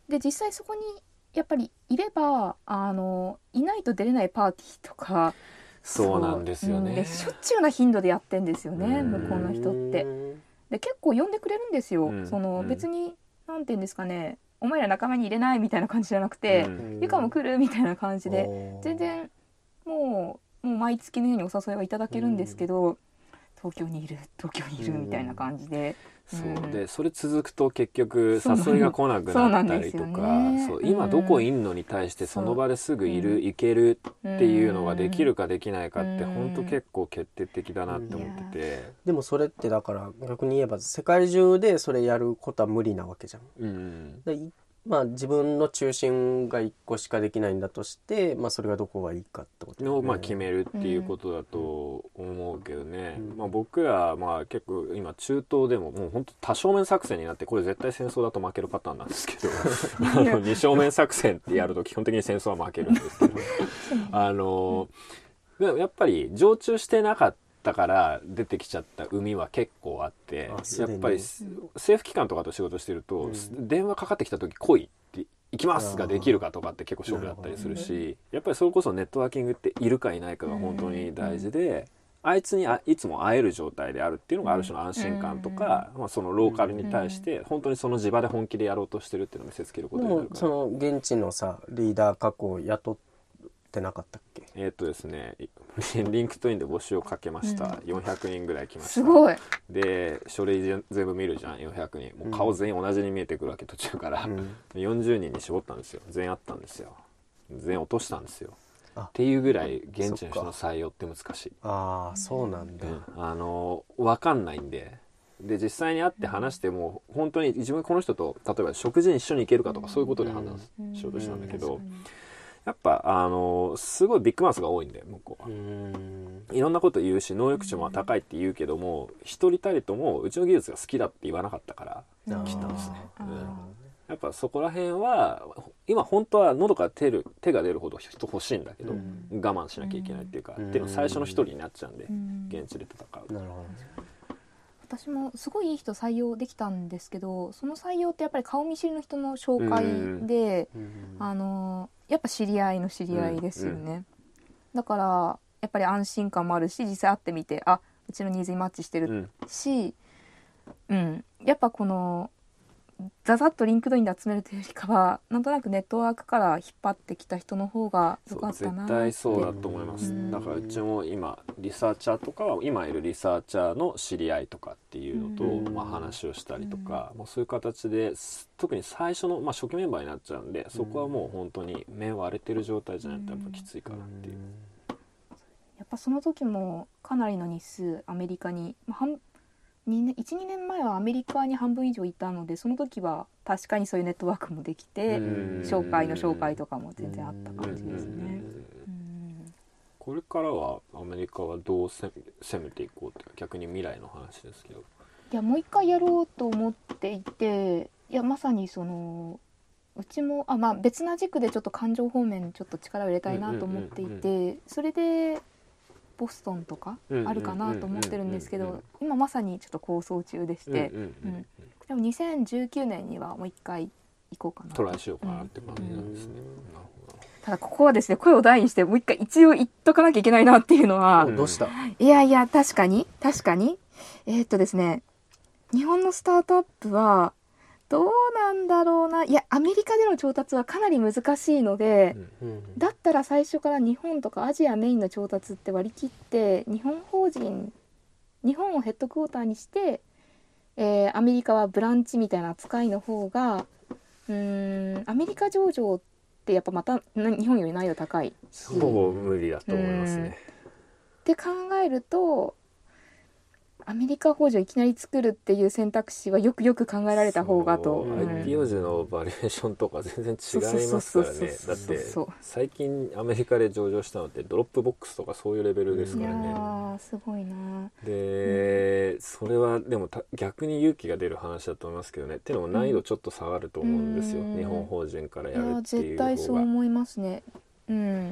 で実際そこにやっぱりいればあのいないと出れないパーティーとかそうなんですよね、 うんでしょっちゅうな頻度でやってんですよね、 うん向こうの人ってで結構呼んでくれるんですよ、 うんそのうん別になんて言うんですかね、お前ら仲間に入れないみたいな感じじゃなくて、ゆかも来るみたいな感じで全然もう、もう毎月のようにお誘いはいただけるんですけど、東京にいる東京にいるみたいな感じで、 そううんでそれ続くと結局そうなん誘いが来なくなったりとか、 そうなんですよねそう今どこいんのに対してその場ですぐいる、行けるっていうのができるかできないかって本当結構決定的だなって思ってて、 でもそれってだから逆に言えば世界中でそれやることは無理なわけじゃん。 うんでいまあ自分の中心がいっこしかできないんだとして、まあ、それがどこがいいかってことだよねをまあ決めるっていうことだと思うけどね、 うんまあ、僕らまあ結構今中東でももう本当多正面作戦になってこれ絶対戦争だと負けるパターンなんですけどあの二正面作戦ってやると基本的に戦争は負けるんですけどあのでもやっぱり常駐してなかっただから出てきちゃった海は結構あってやっぱり政府機関とかと仕事してると、うん、電話かかってきた時来いって行きますができるかとかって結構勝負だったりするし、やっぱりそれこそネットワーキングっているかいないかが本当に大事で、あいつにあいつも会える状態であるっていうのがある種の安心感とか、まあ、そのローカルに対して本当にその地場で本気でやろうとしてるっていうのを見せつけることになるから。 でもその現地のさリーダー確保を雇ってなかったっけ？ えーっとですね、リンクトインで募集をかけました、うん、よんひゃくにんぐらい来ました。 すごい。 で書類全部見るじゃん、よんひゃくにんもう顔全員同じに見えてくるわけ途中から、うん、よんじゅうにんに絞ったんですよ。全員あったんですよ。全員落としたんですよっていうぐらい現地の人の採用って難しい。 ああそうなんだ、 うん、あの分かんないんでで実際に会って話しても本当に自分この人と例えば食事に一緒に行けるかとかそういうことで判断しようとしたんだけど、やっぱあのすごいビッグマウスが多いんで向こうは。いろんなこと言うし能力値も高いって言うけども一人たりともうちの技術が好きだって言わなかったから来たんですね。うん、やっぱそこら辺は今本当は喉から手る手が出るほど人欲しいんだけど、うん、我慢しなきゃいけないっていうか、うん、っていうの最初の一人になっちゃうんで、うん、現地で戦う。なるほど。 私もすごいいい人採用できたんですけど、その採用ってやっぱり顔見知りの人の紹介で、うん、あのやっぱ知り合いの知り合いですよね、うんうん、だからやっぱり安心感もあるし実際会ってみてあうちのニーズにマッチしてるし、うん、うん、やっぱこのザザッとリンクドインで集めるというよりかはなんとなくネットワークから引っ張ってきた人の方が良かったなって。 絶対そうだと思います、うん、だからうちも今リサーチャーとかは今いるリサーチャーの知り合いとかっていうのと、うん、まあ、話をしたりとか、うん、まあ、そういう形で特に最初の、まあ、初期メンバーになっちゃうんでそこはもう本当に目割れてる状態じゃないとやっぱきついかなっていう、うん、 やっぱその時もかなりの日数アメリカに、まあ、半いちにねんまえはアメリカに半分以上いたのでその時は確かにそういうネットワークもできて紹介の紹介とかも全然あった感じですね。 これからはアメリカはどう攻めていこうって逆に未来の話ですけど、 いやもう一回やろうと思っていて、いやまさにそのうちもあ、まあ、別な軸でちょっと感情方面ちょっと力を入れたいなと思っていて、それでボストンとかあるかなと思ってるんですけど今まさにちょっと構想中でして、うん、でもにせんじゅうきゅうねんにはもう一回行こうかなトライしようかなって感じなんですね、うんうん、 ただここはですね声を大にしてもう一回一応言っとかなきゃいけないなっていうのは、 どうした？ いやいや確かに確かにえー、っとですね日本のスタートアップはどうなんだろうな。いやアメリカでの調達はかなり難しいので、うん、だったら最初から日本とかアジアメインの調達って割り切って日本法人日本をヘッドクォーターにして、えー、アメリカはブランチみたいな扱いの方がうーんアメリカ上場ってやっぱまた日本より難易度高いしほぼ無理だと思いますね。 って考えるとアメリカ法人をいきなり作るっていう選択肢はよくよく考えられた方がと、 うん、アイピーオー 時のバリエーションとか全然違いますからね。だって最近アメリカで上場したのってドロップボックスとかそういうレベルですからね。 いやーすごいな。 で、うん、それはでも逆に勇気が出る話だと思いますけどね。っていうのも難易度ちょっと下がると思うんですよ、うん、日本法人からやるっていう方が。いや絶対そう思いますね。うん、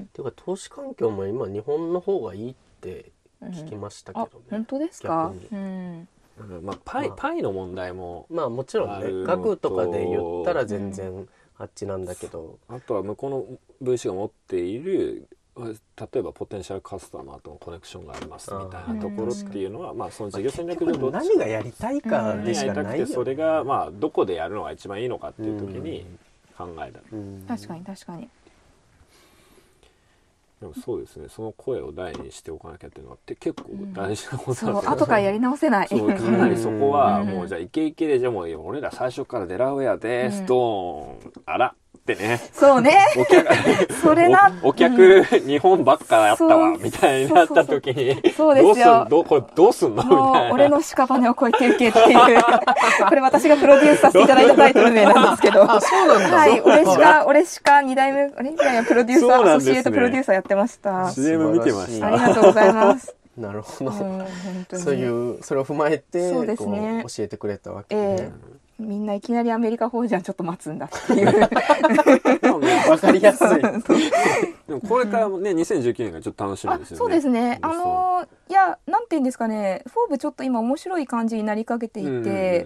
ていうか投資環境も今日本の方がいいって聞きましたけどね、うん、あ本当ですか、うん、 まあ、パイ、まあ、パイの問題もまあもちろんね額とかで言ったら全然あっちなんだけど、 あとは向こうの ブイシー が持っている例えばポテンシャルカスタマーとのコネクションがありますみたいなところっていうのは、まあ、その事業戦略上どっち何がやりたいかでしやりかないよ、 たくてそれがまあどこでやるのが一番いいのかっていう時に考えた、 うん、 確かに確かに。 でもそうですね、その声を大にしておかなきゃっていうのはって結構大事なことだと思います、 そう後からやり直せない。 そうかなりそこはうんもうじゃあイケイケでじゃあもう俺ら最初からデラウェアでストーン、あらってね、 そうね。 お客それな。 おお客、 うん、 日本ばっかやったわそうみたいになった時にそうですよ。 どうすんどこれどうすんのみたいもな。 う俺の屍を超えていけっていうこれ私がプロデュースさせていただいたタイトル名なんですけど、 あ、そうなんだ。 はい、俺しか俺しかに代目あれいやいやプロデューサー、 そうなんですねアソシエイトプロデューサーやってました。 シーエム 見てました。 ありがとうございます。 なるほど、 うん、本当にそういうそれを踏まえてそうですねこう教えてくれたわけ、 えね、 えみんないきなりアメリカ法じゃんちょっと待つんだっていうわかりやすいでもこれからもねにせんじゅうきゅうねんがちょっと楽しみですよね。 あそうですね、あのいやなんていうんですかね、フォーブちょっと今面白い感じになりかけていて、 うんうんうん、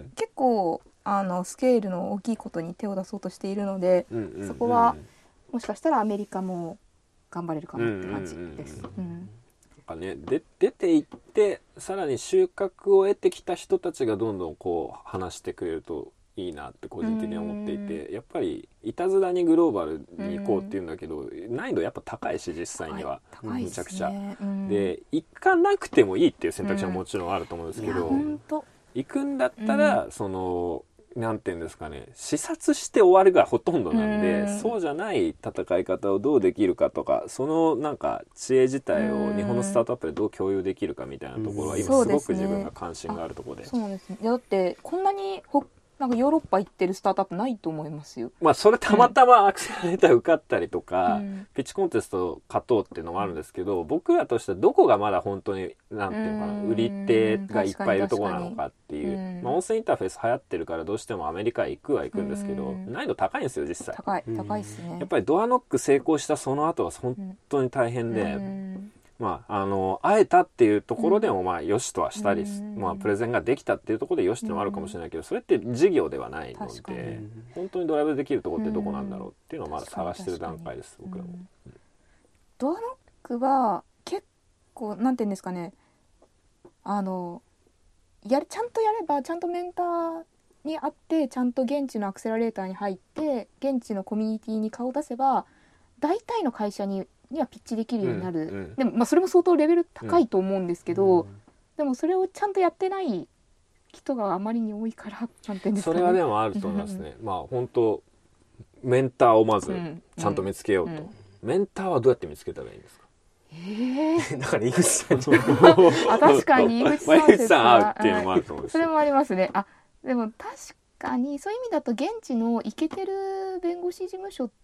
結構あのスケールの大きいことに手を出そうとしているので、 うんうんうん、 そこはもしかしたらアメリカも頑張れるかなって感じです。 なんかね、で出ていってさらに収穫を得てきた人たちがどんどんこう話してくれるといいなって個人的に思っていて、やっぱりいたずらにグローバルに行こうっていうんだけど、難易度やっぱ高いし実際にはめちゃくちゃで、行かなくてもいいっていう選択肢はもちろんあると思うんですけど、行くんだったらそのなんていうんですかね、視察して終わりがほとんどなんで、うん、そうじゃない戦い方をどうできるかとか、そのなんか知恵自体を日本のスタートアップでどう共有できるかみたいなところは今すごく自分が関心があるところで、 そうですね。だってこんなにほなんかヨーロッパ行ってるスタートアップないと思いますよ。 まあそれたまたまアクセラレーター受かったりとか、うん、ピッチコンテスト勝とうっていうのもあるんですけど、僕らとしてはどこがまだ本当になんていうのかな、売り手がいっぱいいるところなのかっていう、まあ、音声インターフェース流行ってるからどうしてもアメリカへ行くは行くんですけど、難易度高いんですよ実際。 高い高いですね。 やっぱりドアノック成功したその後は本当に大変で、まあ、あの会えたっていうところでもまあよしとはしたり、まあ、プレゼンができたっていうところでよしっていうのもあるかもしれないけど、それって事業ではないので、本当にドライブできるところってどこなんだろうっていうのをまだ探してる段階です、僕らも。 ドアノックは結構なんていうんですかね、あのやちゃんとやればちゃんとメンターに会ってちゃんと現地のアクセラレーターに入って現地のコミュニティに顔を出せば大体の会社ににはピッチできるようになる、うんうん、でも、まあ、それも相当レベル高いと思うんですけど、うん、でもそれをちゃんとやってない人があまりに多いからなんていうんですかね。 それはでもあると思いますね。まあ本当メンターをまずちゃんと見つけようと、うんうん、メンターはどうやって見つけたらいいんですか？ えー、 だから井口さんあ確かに井口さん、 まあ、井口さん会うっていうのもあると思うんです。 それもありますね。あでも確かにそういう意味だと現地のイケてる弁護士事務所って、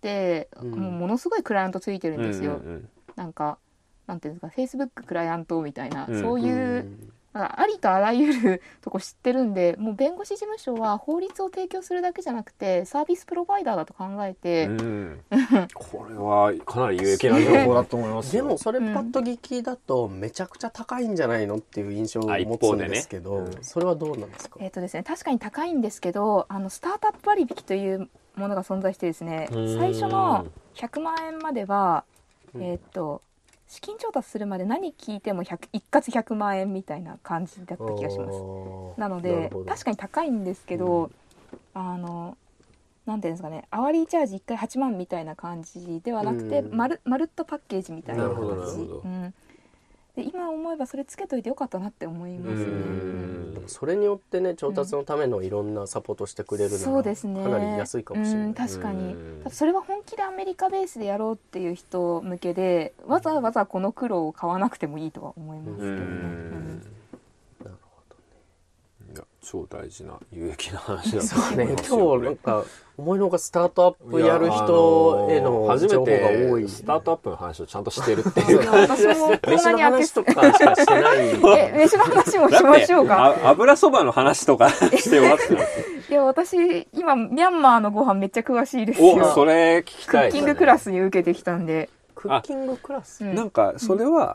うん、もうものすごいクライアントついてるんですよ、うんうんうん、なんかなんていうんですか、フェイスブッククライアントみたいな、うん、そういう、うんありとあらゆるとこ知ってるんで、もう弁護士事務所は法律を提供するだけじゃなくてサービスプロバイダーだと考えて、うん、 これはかなり有益な情報だと思いますよ。 でもそれパッと聞きだとめちゃくちゃ高いんじゃないのっていう印象を持つんですけど、ねうん、それはどうなんですか？ えーとですね、確かに高いんですけど、あのスタートアップ割引というものが存在してですね、最初のひゃくまんえんまでは、えーと資金調達するまで何聞いても一括ひゃくまんえんみたいな感じだった気がします。なので確かに高いんですけど、うん、あのなんていうんですかね、アワリーチャージいっかいはちまんみたいな感じではなくて、うん、まるまるっとパッケージみたいな形、うん、で今思えばそれつけといてよかったなって思いますね。 うんでもそれによってね調達のためのいろんなサポートしてくれるのは、うんね、かなり安いかもしれない、うん、 確かにそれは本気でアメリカベースでやろうっていう人向けでわざわざこの苦労を買わなくてもいいとは思いますけどね。うん超大事な有益な話だと思いますよ。そうね、今日なんか思いのほかスタートアップやる人への情報が多い。 スタートアップの話をちゃんとしてるっていう感じです。 飯の話とかしかしてない。 え、飯の話もしましょうか。 油そばの話とかして終わってます。 いや私今ミャンマーのご飯めっちゃ詳しいですよ。 お、それ聞きたい。 クッキングクラスに受けてきたんで。 クッキングクラス。 なんかそれは。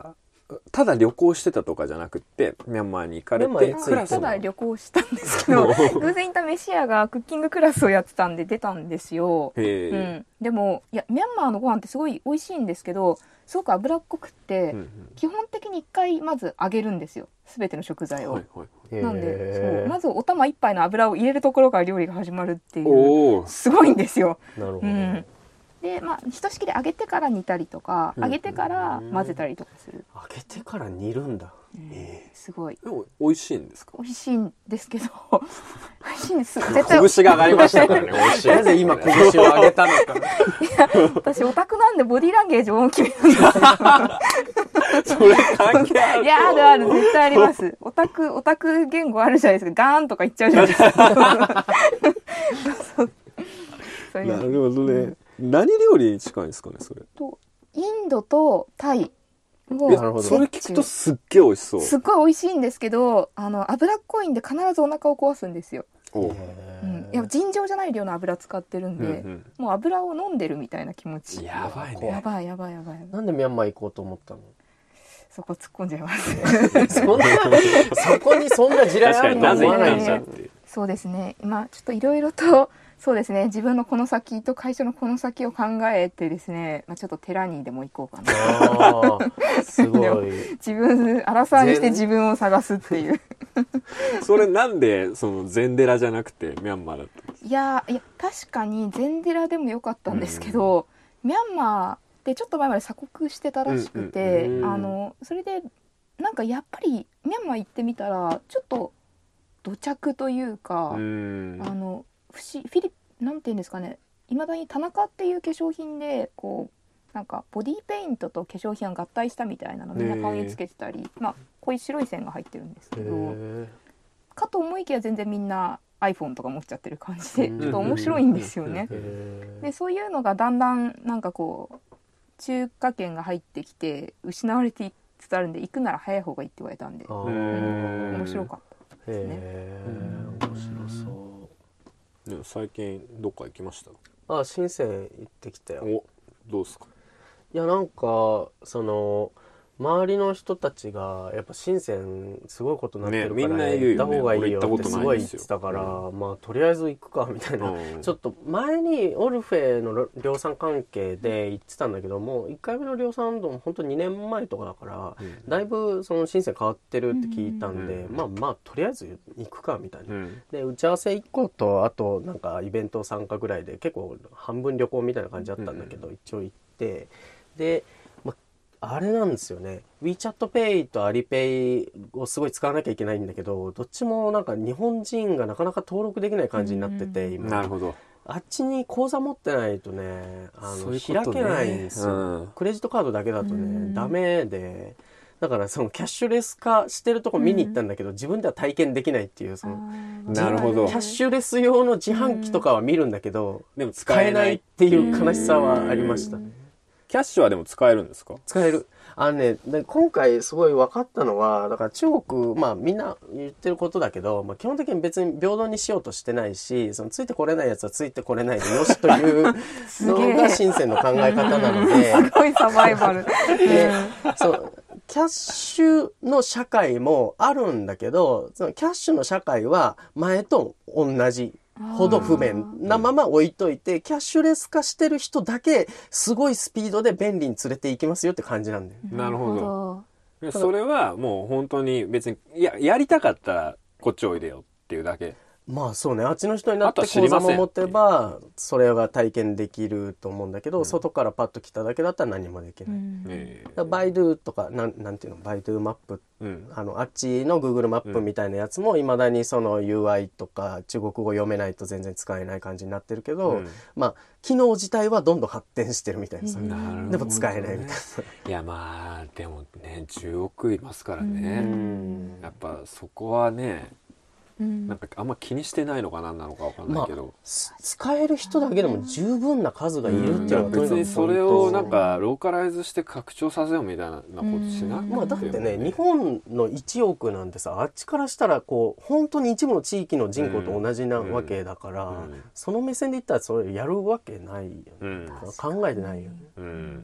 ただ旅行してたとかじゃなくてミャンマーに行かれミャンマーにて着いてクラスのただ旅行したんですけど偶然いたメシアがクッキングクラスをやってたんで出たんですよ、 へえ、 うん、でもいやミャンマーのご飯ってすごい美味しいんですけどすごく脂っこくって、 うんうん、 基本的に一回まず揚げるんですよ全ての食材を、 はいはい、 なんでへーそうまずお玉一杯の油を入れるところから料理が始まるっていうおお、 すごいんですよ、 なるほど、 うんでまあひとしきり揚げてから煮たりとかうん揚げてから混ぜたりとかする、 揚げてから煮るんだ、 うんえすごいでも美味しいんですか？ 美味しいんですけど美味しいんです絶対拳が上がりましたからね、美味しい。 なぜ今拳を上げたのか私オタクなんでボディーランゲージを決めるんですよそれ関係ある？ いやあるある絶対ありますオタクオタク言語あるじゃないですかガーンとか言っちゃうじゃないですかそうそういうなるほどね。何料理に近いんですかね、それ。 とインドとタイをえなるほどそれ聞くとすっげえ美味しそう。 すっごい美味しいんですけどあの脂っこいんで必ずお腹を壊すんですよ、 おううん、いや尋常じゃない量の油使ってるんで、 うんうんもう油を飲んでるみたいな気持ちやばいやね。 ばいやばいやばいやばいなんでミャンマー行こうと思ったのそこ突っ込んじゃいますそんなそこにそんな地雷あるとは思わないじゃんっていうそうですね今ちょっといろいろとそうですね自分のこの先と会社のこの先を考えてですね、まあ、ちょっと寺にでも行こうかなあーすごい自分アラサーにして自分を探すっていうそれなんでその禅寺じゃなくてミャンマーだったんですか？ いやいや確かに禅寺でもよかったんですけど、ミャンマーってちょっと前まで鎖国してたらしくて、 うんうんうんあのそれでなんかやっぱりミャンマー行ってみたらちょっと土着というか、 うーんあのフィフィリなんていうんですかねいまだに田中っていう化粧品でこうなんかボディーペイントと化粧品が合体したみたいなのみんな顔につけてたり、まあこういう白い線が入ってるんですけどへかと思いきや全然みんな iPhone とか持っちゃってる感じでうんちょっと面白いんですよねー。へでそういうのがだんだんなんかこう中華圏が入ってきて失われていつつあるんで行くなら早い方がいいって言われたんでーあうーん面白かったですね。 へえ面白そうでも最近どっか行きました？ あ深セン行ってきたよお、どうですか？ いやなんかその周りの人たちがやっぱ深センすごいことになってるから、 ねみんな言うよね行った方がいいよ俺行ったってすごい言ことないんですよってたから、まあとりあえず行くかみたいな、 うんちょっと前にオルフェの量産関係で行ってたんだけどもいっかいめの量産度も本当にねんまえとかだから、 うんだいぶその深セン変わってるって聞いたんで、 うんまあまあとりあえず行くかみたいな、 うんで打ち合わせいっことあとなんかイベント参加ぐらいで結構半分旅行みたいな感じだったんだけど、一応行ってで、まあれなんですよね WeChatPay と Alipay をすごい使わなきゃいけないんだけどどっちもなんか日本人がなかなか登録できない感じになってて今なるほど。 あっちに口座持ってないとねあのそういうことね開けないんですよ、 うんクレジットカードだけだとうんねダメでだからそのキャッシュレス化してるとこ見に行ったんだけど、自分では体験できないっていうそのなるほどキャッシュレス用の自販機とかは見るんだけど、 でも使使ええなないいっていう悲しさはありました。 キャッシュはでも使えるんですか？ 使える。あのね、で今回すごい分かったのは、だから中国、まあみんな言ってることだけど、まあ基本的に別に平等にしようとしてないし、そのついてこれないやつはついてこれないでよしというのが深センの考え方なので、 すごいサバイバル。 でそうキャッシュの社会もあるんだけど、そのキャッシュの社会は前と同じほど不便なまま置いといて、キャッシュレス化してる人だけすごいスピードで便利に連れて行きますよって感じなんだよね。 なるほど。でそれはもう本当に別にややりたかったらこっちおいでよっていうだけ。 まあそうね、あっちの人になってあとは知りません口座も持てばそれが体験できると思うんだけど、外からパッと来ただけだったら何もできない。 えだからバイドゥとかなんなんていうのバイドゥマップ、 うんあのあっちの Google マップみたいなやつもいまだにその ユーアイ とか中国語読めないと全然使えない感じになってるけど、 うんまあ機能自体はどんどん発展してるみたいなさ、 なるほどねでも使えないみたいいやまあでもねじゅうおくいますからな。うね、 んやっぱそこはねうんなんかあんま気にしてないのかなんなのかわかんないけど、 す使える人だけでも十分な数がいるっていうのがとに別かくにそれをなんかローカライズして拡張させようみたいなことしなくてもまあだってね日本のいちおくなんてさあっちからしたらこう本当に一部の地域の人口と同じなわけだから、 うんうんその目線で言ったらそれやるわけないよね、 うん考えてないよね。 うん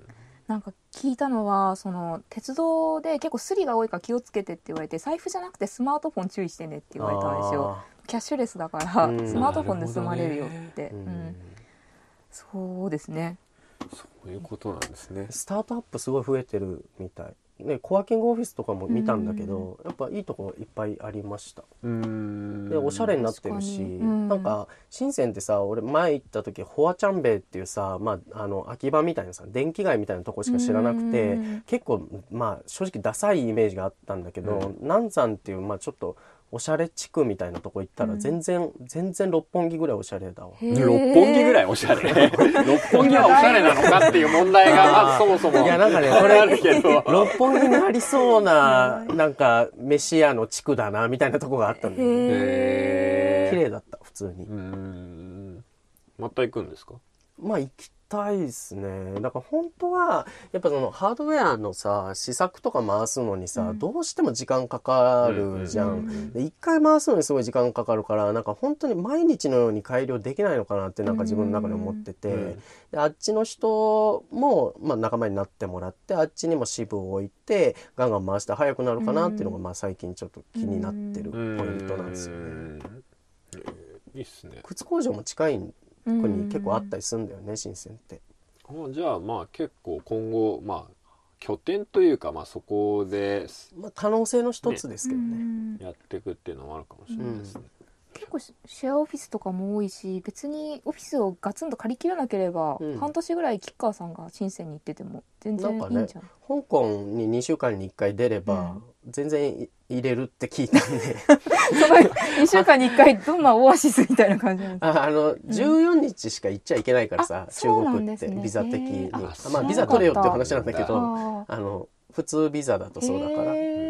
なんか聞いたのはその鉄道で結構スリが多いから気をつけてって言われて、財布じゃなくてスマートフォン注意してねって言われたんですよ。キャッシュレスだからうんスマートフォンで済まれるよって、 うんうん、そうですね。 そういうことなんですね。 スタートアップすごい増えてるみたいね。コワーキングオフィスとかも見たんだけど、やっぱいいとこいっぱいありました。 うーんでおしゃれになってるし、 確かにうん、 なんか深センってさ、俺前行った時ホアチャンベイっていうさ、まあ、あの秋葉みたいなさ電気街みたいなとこしか知らなくて、 うん結構まあ正直ダサいイメージがあったんだけど、南山っていうまあちょっとおしゃれ地区みたいなとこ行ったら全然、うん、全然六本木ぐらいおしゃれだわ。 六本木ぐらいおしゃれ六本木はおしゃれなのかっていう問題がまずそもそもいやなんかねこれあるけど六本木にありそうななんか飯屋の地区だなみたいなとこがあったんだよね。 へ綺麗だった普通に。 うーんまた行くんですか？ まあ行きたいですね。だから本当はやっぱそのハードウェアのさ試作とか回すのにさ、うん、どうしても時間かかるじゃん、うんうん、で一回回すのにすごい時間かかるからなんか本当に毎日のように改良できないのかなってなんか自分の中で思ってて、うん、であっちの人も、まあ、仲間になってもらってあっちにも支部を置いてガンガン回して早くなるかなっていうのが、まあ、最近ちょっと気になってるポイントなんですよね。 うんいいっすね。 靴工場も近い国結構あったりするんだよね深センって。 じゃあまあ結構今後まあ拠点というかまあそこで、 まあ、可能性の一つですけどね、 ねやっていくっていうのもあるかもしれないですね、うん、 結構シェアオフィスとかも多いし別にオフィスをガツンと借り切らなければ、うん、半年ぐらい吉川さんが深センに行ってても全然いいんじゃん。なんかね香港ににしゅうかんにいっかい出れば、うん、全然入れるって聞いたんでそのにしゅうかんにいっかいどんなオアシスみたいな感じなんですか？ ああのじゅうよっかしか行っちゃいけないからさ、うん、中国ってビザ的に、あまあビザ取れよっていう話なんだけどあの普通ビザだとそうだから。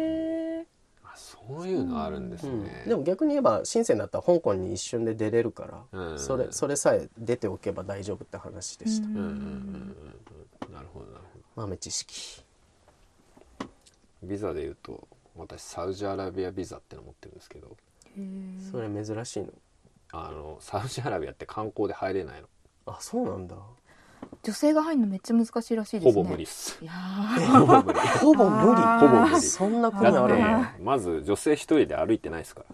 そういうのあるんですね、 うん、でも逆に言えば深センだったら香港に一瞬で出れるから、うん、それそれさえ出ておけば大丈夫って話でした。うんうんうんうん、 なるほどなるほど。 豆知識。 ビザでいうと私サウジアラビアビザっての持ってるんですけど、 それ珍しいの？ あのサウジアラビアって観光で入れないの。 あ、そうなんだ。 女性が入るのめっちゃ難しいらしいですね。 ほぼ無理っす。 いやほぼ無理。ほぼ無理。 ほぼ無理。 そんな国あるの？まず女性一人で歩いてないですから。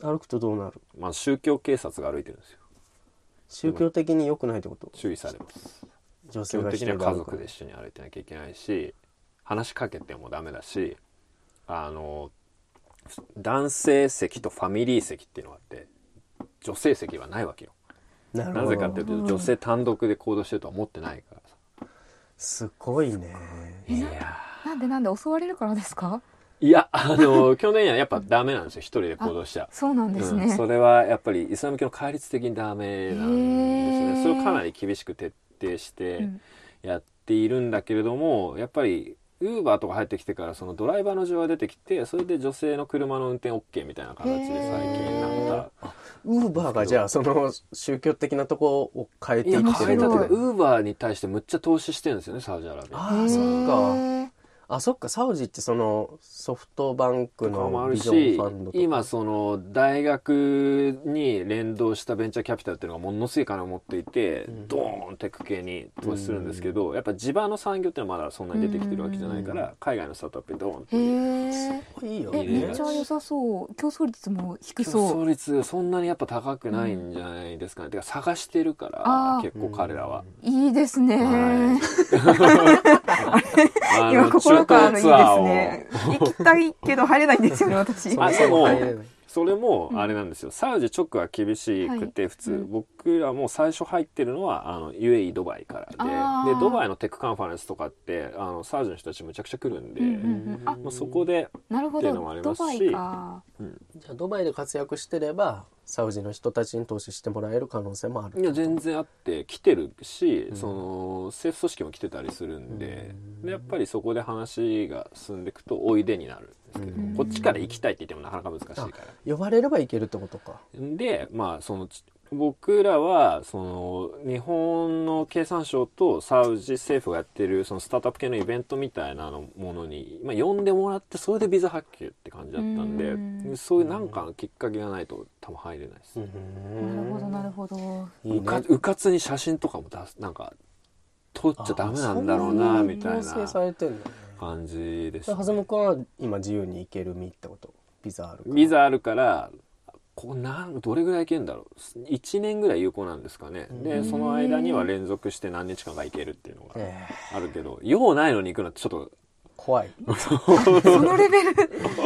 歩くとどうなる？ まあ宗教警察が歩いてるんですよ。 宗教的に良くないってこと？ 注意されます。 女性が基本的には家族で一緒に歩いてなきゃいけないし、話しかけてもダメだし、あの男性席とファミリー席っていうのがあって女性席はないわけよ。な, なぜかっていうと女性単独で行動してるとは思ってないからさ。 すごいね。 いやなんでなんで襲われるからですか？ いやあの去年はやっぱダメなんですよ一人で行動しちゃう。 そうなんですね、 うん、それはやっぱりイスラム教の戒律的にダメなんですね。それをかなり厳しく徹底してやっているんだけれども、やっぱりウーバーとか入ってきてからそのドライバーの需要が出てきて、それで女性の車の運転 OK みたいな形で最近なった。 ウーバーがじゃあその宗教的なとこを変えていってるんだけど、 ウーバーに対してむっちゃ投資してるんですよねサウジアラビア。 ああそっか。あそっかサウジってそのソフトバンクのビジョンファンドとか今その大学に連動したベンチャーキャピタルっていうのがものすごい金を持っていて、うん、ドーンテック系に投資するんですけど、うん、やっぱ地場の産業っていうのはまだそんなに出てきてるわけじゃないから、うん、海外のスタートアップにドーンってへえいいよね。めっちゃ良さそう。競争率も低そう。 競争率そんなにやっぱ高くないんじゃないですかね、うん、てか探してるから結構彼らは、 うん、いいですね、はいあ今心からのいいですね。行きたいけど入れないんですよね私。 あでもそれもあれなんですよ、うん、サウジ直は厳しくて、はい、普通、うん、僕らも最初入ってるのはあの ユーエーイー ドバイからででドバイのテックカンファレンスとかってあのサウジの人たちむちゃくちゃ来るんで、うんうんうん、あまあ、そこでなるほどっていうのもありますし、ドバイか、 うん、じゃあドバイで活躍してればサウジの人たちに投資してもらえる可能性もある。 いや全然あって来てるし、うん、その政府組織も来てたりするんで、うん、でやっぱりそこで話が進んでいくとおいでになるんですけど、うん、こっちから行きたいって言ってもなかなか難しいから呼ばれれば行けるってことか。 でまあその僕らはその日本の経産省とサウジ政府がやってるそのスタートアップ系のイベントみたいなのものに、まあ、呼んでもらってそれでビザ発給って感じだったんで、んそういうなんかのきっかけがないと多分入れないです。 なるほどなるほど。 うかうかつに写真とかも出すなんか撮っちゃダメなんだろうなみたいな構成されてんのね。 感じでした、ね。 はずむくんは今自由に行ける身ってこと？ビザあるから。 ビザあるからここなんどれぐらい行けるんだろう。いちねんぐらい有効なんですかね。でその間には連続して何日間か行けるっていうのがあるけど、用ないのに行くのってちょっと怖い。 そのレベル。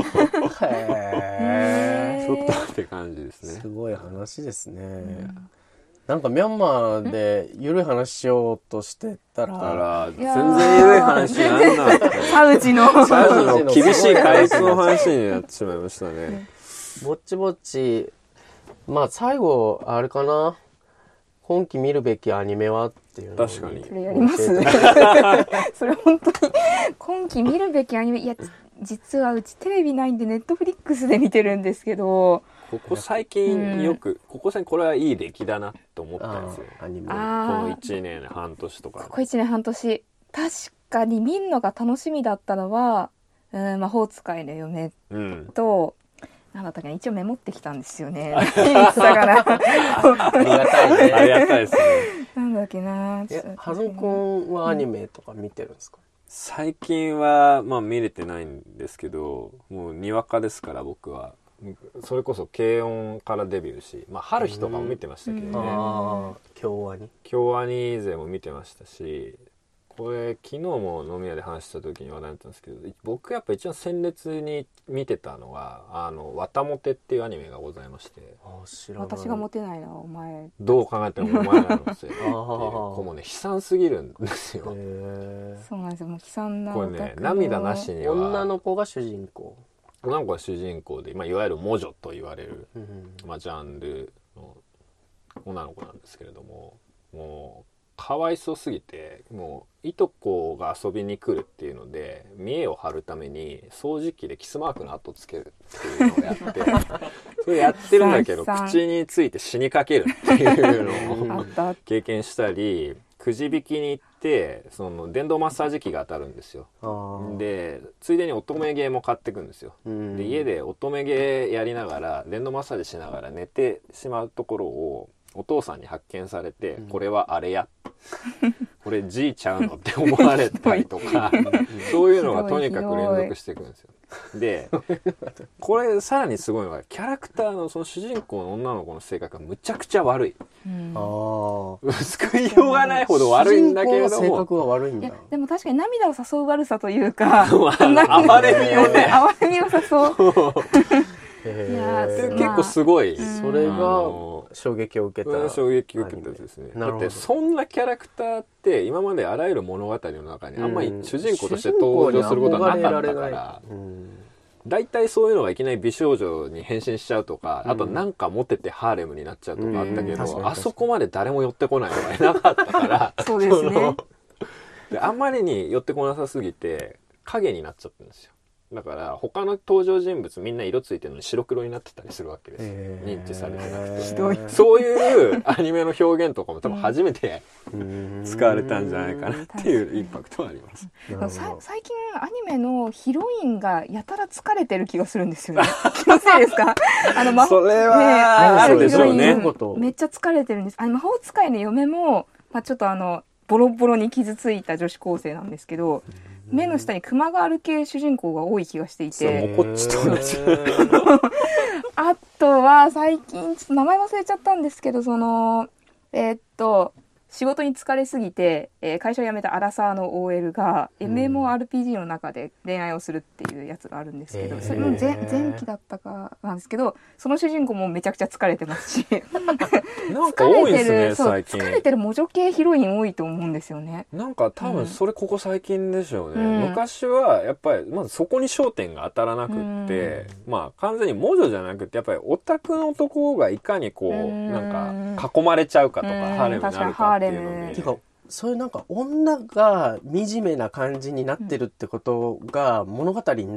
へちょっとって感じですね。 すごい話ですね。うんなんかミャンマーで緩い話しようとしてたら、 だから全然緩い話なんなってサウジのサウジの厳しい海域の話になってしまいましたね。 ぼっちぼっち、まあ最後あれかな、今期見るべきアニメはっていうの確かにそれやりますそれ本当に今期見るべきアニメ、いや実はうちテレビないんでネットフリックスで見てるんですけど、 ここ最近よく、うん、ここ最近これはいい出来だなって思ったんですよ。アニメこのいちねん半年とか。 ここいちねんはん年確かに見るのが楽しみだったのは、うん、魔法使いの嫁と、うん、なんだったっけな、一応メモってきたんですよね。見に来たからありがたいね。 ありがたいですね。 なんだっけな。 はずくんはアニメとか見てるんですか？うん、 最近はまあ見れてないんですけど、もうにわかですから僕は。それこそ軽音からデビューし、まあ、春日とかも見てましたけどね、うん、 あ京アニ京アニ勢も見てましたし、これ昨日も飲み屋で話した時に話題になったんですけど、僕やっぱ一番鮮烈に見てたのはあのわたもてっていうアニメがございまして、 あ知らない。 私がモテないなお前どう考えてもお前なのせいっていうこもね悲惨すぎるんですよ。 そうなんですよ、もう悲惨なこれね涙なしには女の子が主人公、 女の子が主人公で、まあ、いわゆる魔女と言われる、うんまあ、ジャンルの女の子なんですけれども、もうかわいそうすぎて、もういとこが遊びに来るっていうので見栄を張るために掃除機でキスマークの跡つけるっていうのをやってそれやってるんだけど口について死にかけるっていうのを経験したり、くじ引きに行ってその電動マッサージ機が当たるんですよ。でついでに乙女ゲーも買ってくんですよ。で家で乙女ゲーやりながら電動マッサージしながら寝てしまうところをお父さんに発見されて、うん、これはあれやこれじいちゃうのって思われたりとかそういうのがとにかく連続していくんですよ。でこれさらにすごいのがキャラクターのその主人公の女の子の性格がむちゃくちゃ悪い、うん、あ救いようがないほど悪いんだけれども、 性格が悪いんだ。 いやでも確かに涙を誘う悪さというか暴れみをね暴れみを誘ういやで結構すごい、 それが衝撃を受けた衝撃を受けたですね。だってそんなキャラクターって今まであらゆる物語の中にあんまり主人公として登場することはなかったから、だいたいそういうのがいきなり美少女に変身しちゃうとか、あとなんかモテてハーレムになっちゃうとかあったけど、あそこまで誰も寄ってこないのがいなかったからそうですねであんまりに寄ってこなさすぎて影になっちゃったんですよ。だから他の登場人物みんな色ついてるのに白黒になってたりするわけです、えー、認知されてなくてひどいそういうアニメの表現とかも多分初めて使われたんじゃないかなっていうインパクトはあります。 最近アニメのヒロインがやたら疲れてる気がするんですよね気のせいですかあの魔法それは、ね、あるでしょうね。 めっちゃ疲れてるんです。あの魔法使いの嫁も、まあ、ちょっとあのボロボロに傷ついた女子高生なんですけど、目の下にクマがある系主人公が多い気がしていて、 もうこっちと同じあとは最近ちょっと名前忘れちゃったんですけど、そのえー、っと仕事に疲れすぎて、えー、会社を辞めたアラサーの オーエル が エムエムオーアールピージー の中で恋愛をするっていうやつがあるんですけど、それの 前, 前期だったかなんですけど、その主人公もめちゃくちゃ疲れてますしなんか多いですね最近。 疲れてる魔女系ヒロイン多いと思うんですよね。 なんか多分それここ最近でしょうね、うん、昔はやっぱりまずそこに焦点が当たらなくって、うん、まあ完全に魔女じゃなくてやっぱりオタクのところがいかにこう、うん、なんか囲まれちゃうかとか、うん、ハーレムになるかっていうので、 そういうなんか女が惨めな感じになってるってことが物語になるっ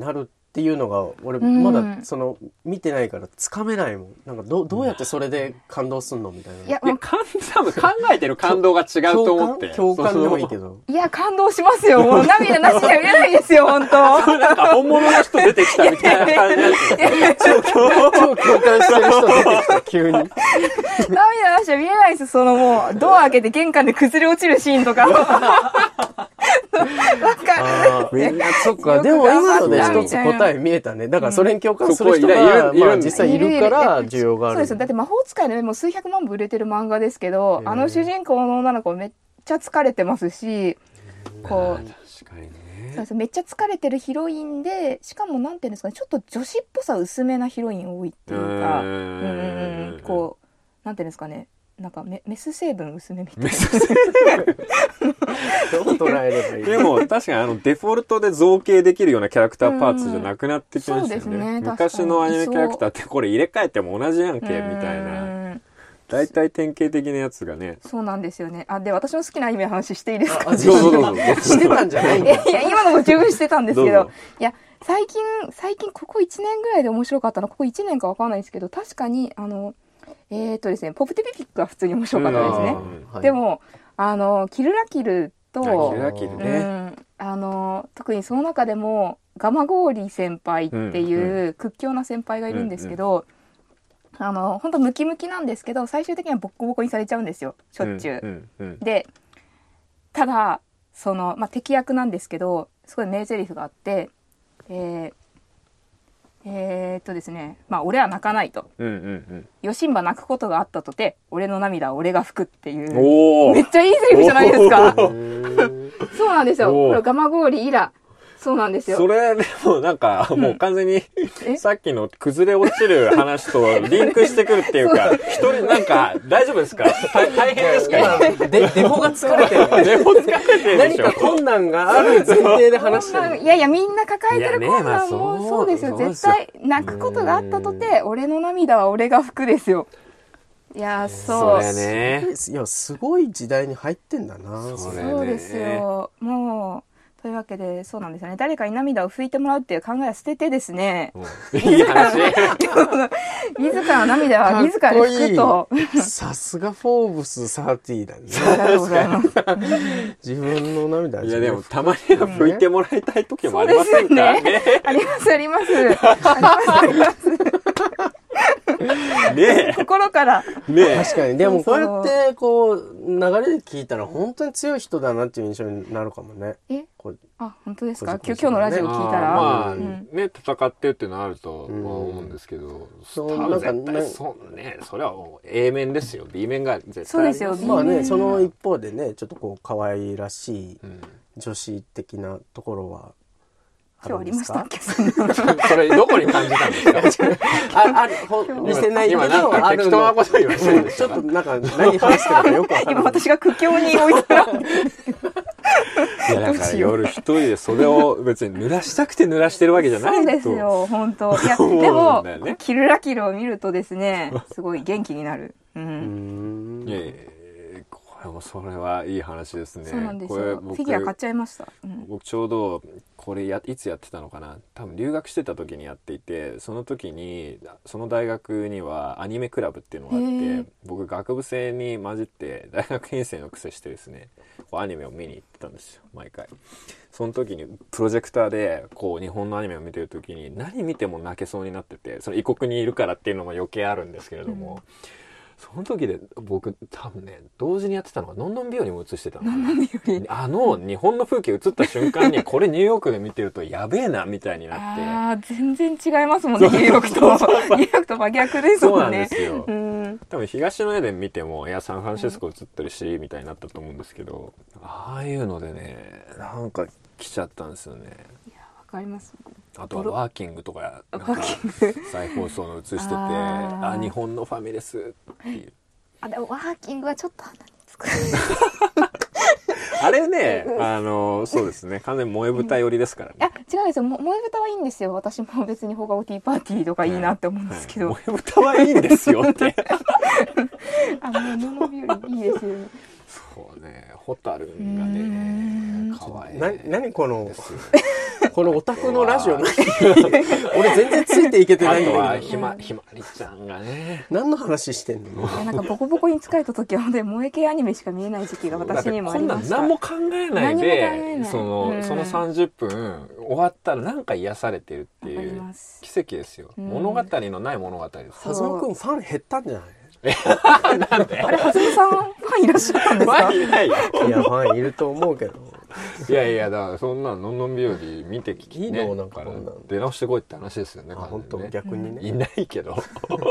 っていうのが俺うんまだその見てないからつかめないもん。なんか ど, どうやってそれで感動すんのみたいな。 いやいや感多分考えてる感動が違うと思って共感共感でもいいけど。 いや感動しますよ。もう涙なしには見れないですよ本当。 なんか本物の人出てきたみたいな感じなんですよ。 超共感してる人出てきた急に。 涙なしは見れないです。そのもうドア開けて玄関で崩れ落ちるシーンとか。なんかみんなそっか。でも今ので一つ答え見えたね。だからそれに共感する人が、 うん、 まあ実際いるから需要がある。 そうですよ。だって魔法使いのねもう数百万部売れてる漫画ですけど、あの主人公の女の子めっちゃ疲れてますし、こう確かにね。 そうです。めっちゃ疲れてるヒロインで、しかもなんていうんですかね、ちょっと女子っぽさ薄めなヒロイン多いっていうか、うんうんうん、こうなんていうんですかね。なんか メ, メス成分薄めみたいな。 どう捉えればいい。 でも確かにあのデフォルトで造形できるようなキャラクターパーツじゃなくなってきましたよね。 そうですね。 昔のアニメキャラクターってこれ入れ替えても同じやんけみたいな。大体典型的なやつがね。 そうなんですよね。あ、で私の好きなアニメの話していいですか。 どうぞどうぞ。してたんじゃないんだ。 いや今のも十分してたんですけど、いや最近最近ここいちねんぐらいで面白かったの。ここいちねんかわかんないですけど、確かにあの。えーとですね、ポプティピピックは普通に面白かったですね。はい、でもあのキルラキルとキルラキルね、 うん、あの特にその中でもガマゴーリ先輩っていう屈強な先輩がいるんですけど、うんうん、あの本当ムキムキなんですけど最終的にはボッコボコにされちゃうんですよしょっちゅう。うんうんうん、でただその、まあ、敵役なんですけどすごい名台詞があって、えーえー、っとですね、まあ俺は泣かないと、うんうんうん、ヨシンバ泣くことがあったとて俺の涙は俺が拭くっていうめっちゃいいセリフじゃないですか。そうなんですよ。これガマゴーリイラそうなんですよ。 それでもなんか、うん、もう完全にさっきの崩れ落ちる話とリンクしてくるっていうか、一人なんか大丈夫ですか？大, 大変ですか？ デ, デフォが疲れてる。 デフォ疲れてるでしょ。 何か困難がある前提で話してる。 いやいやみんな抱えてる困難も、ねまあ、そうですよ。絶対泣くことがあったとて俺の涙は俺が拭くですよ。いやそう。 それね。 いやすごい時代に入ってんだな。 そ, れねそうですよ。もう。というわけでそうなんですよね。誰かに涙を拭いてもらうっていう考えは捨ててですね、 うん、いい話自らの涙は自らで拭くと。 さすがフォーブスサーティーだね。 ありがとうございます。 自分の涙は自分いやでもたまには拭いてもらいたい時もありませんか、 ねね、ありますありますありますありますねえ心からねえ確かに。でもこうやってこう流れで聞いたら本当に強い人だなっていう印象になるかもね。 えあ本当ですか。今日のラジオ聞いたらまあ、うん、ね戦ってってのあると思うんですけど、うん、そうなんかねそうねそれは A 面ですよ。 B 面が絶対そうですよ。 まあねその一方でねちょっとこう可愛らしい女子的なところは今日ありましたっけ？ それどこに感じたんですか？ あ、ある、ほ見せないけど、 今なんか適当なこと言いましたね。 ちょっとなんか何話してるかよくわからない。 今私が苦境に追い詰められてる。 いやだから夜一人でそれを別に濡らしたくて濡らしてるわけじゃないと。 そうですよ本当。いやでも、ね、キルラキルを見るとですねすごい元気になる。うん。 うんいやいやこれもそれはいい話ですね。 そうなんですよ。フィギュア買っちゃいました。うん、 僕ちょうどこれやいつやってたのかな。多分留学してた時にやっていて、その時にその大学にはアニメクラブっていうのがあって、僕学部生に混じって大学院生の癖してですね、こうアニメを見に行ってたんですよ毎回。その時にプロジェクターでこう日本のアニメを見てる時に何見ても泣けそうになってて、その異国にいるからっていうのも余計あるんですけれども。うんその時で僕多分ね同時にやってたのがのんのん日和も映してたの。あの日本の風景映った瞬間にこれニューヨークで見てるとやべえなみたいになって。 ああ全然違いますもんねニューヨークとニューヨークと真逆ですもんね。 そうなんですよ。うん多分東の絵で見てもいやサンフランシスコ映ってるし、うん、みたいになったと思うんですけど、ああいうのでねなんか来ちゃったんですよね。 いやわかります。 あとはワーキングとかなんか再放送の映しててあ日本のファミレスっていうあでもワーキングはちょっと鼻につくあれねあのそうですね完全に萌え豚寄りですからね。 いや違うんですよ萌え豚はいいんですよ。私も別に放課後ティーパーティーとかいいなって思うんですけど、 はいはい、萌え豚はいいんですよってあのののびよりいいですよね。 そうね、ホタルがうーんね、可愛い。 な何このですよこのオタクのラジオ何俺全然ついていけてあないんとはひだけどまひまりちゃんがね。 何の話してんのいやなんかボコボコに疲れた時はで萌え系アニメしか見えない時期が私にもありました。 こんなん何も考えない何も考えでないその、 うんそのさんじゅっぷん終わったらなんか癒されてるってわかりいうます奇跡ですよ、 うん物語のない物語です。 ハズマくんファン減ったんじゃないなんであれはずみさんファンいらっしゃったんですまあか？ いないよ。 いやファンいると思うけどいやいや、だからそんなのんのん日和見てきて、ね、 いいのなんかだらこんなの出直してこいって話ですよね。 あ本当完全にね逆にね、 いないけど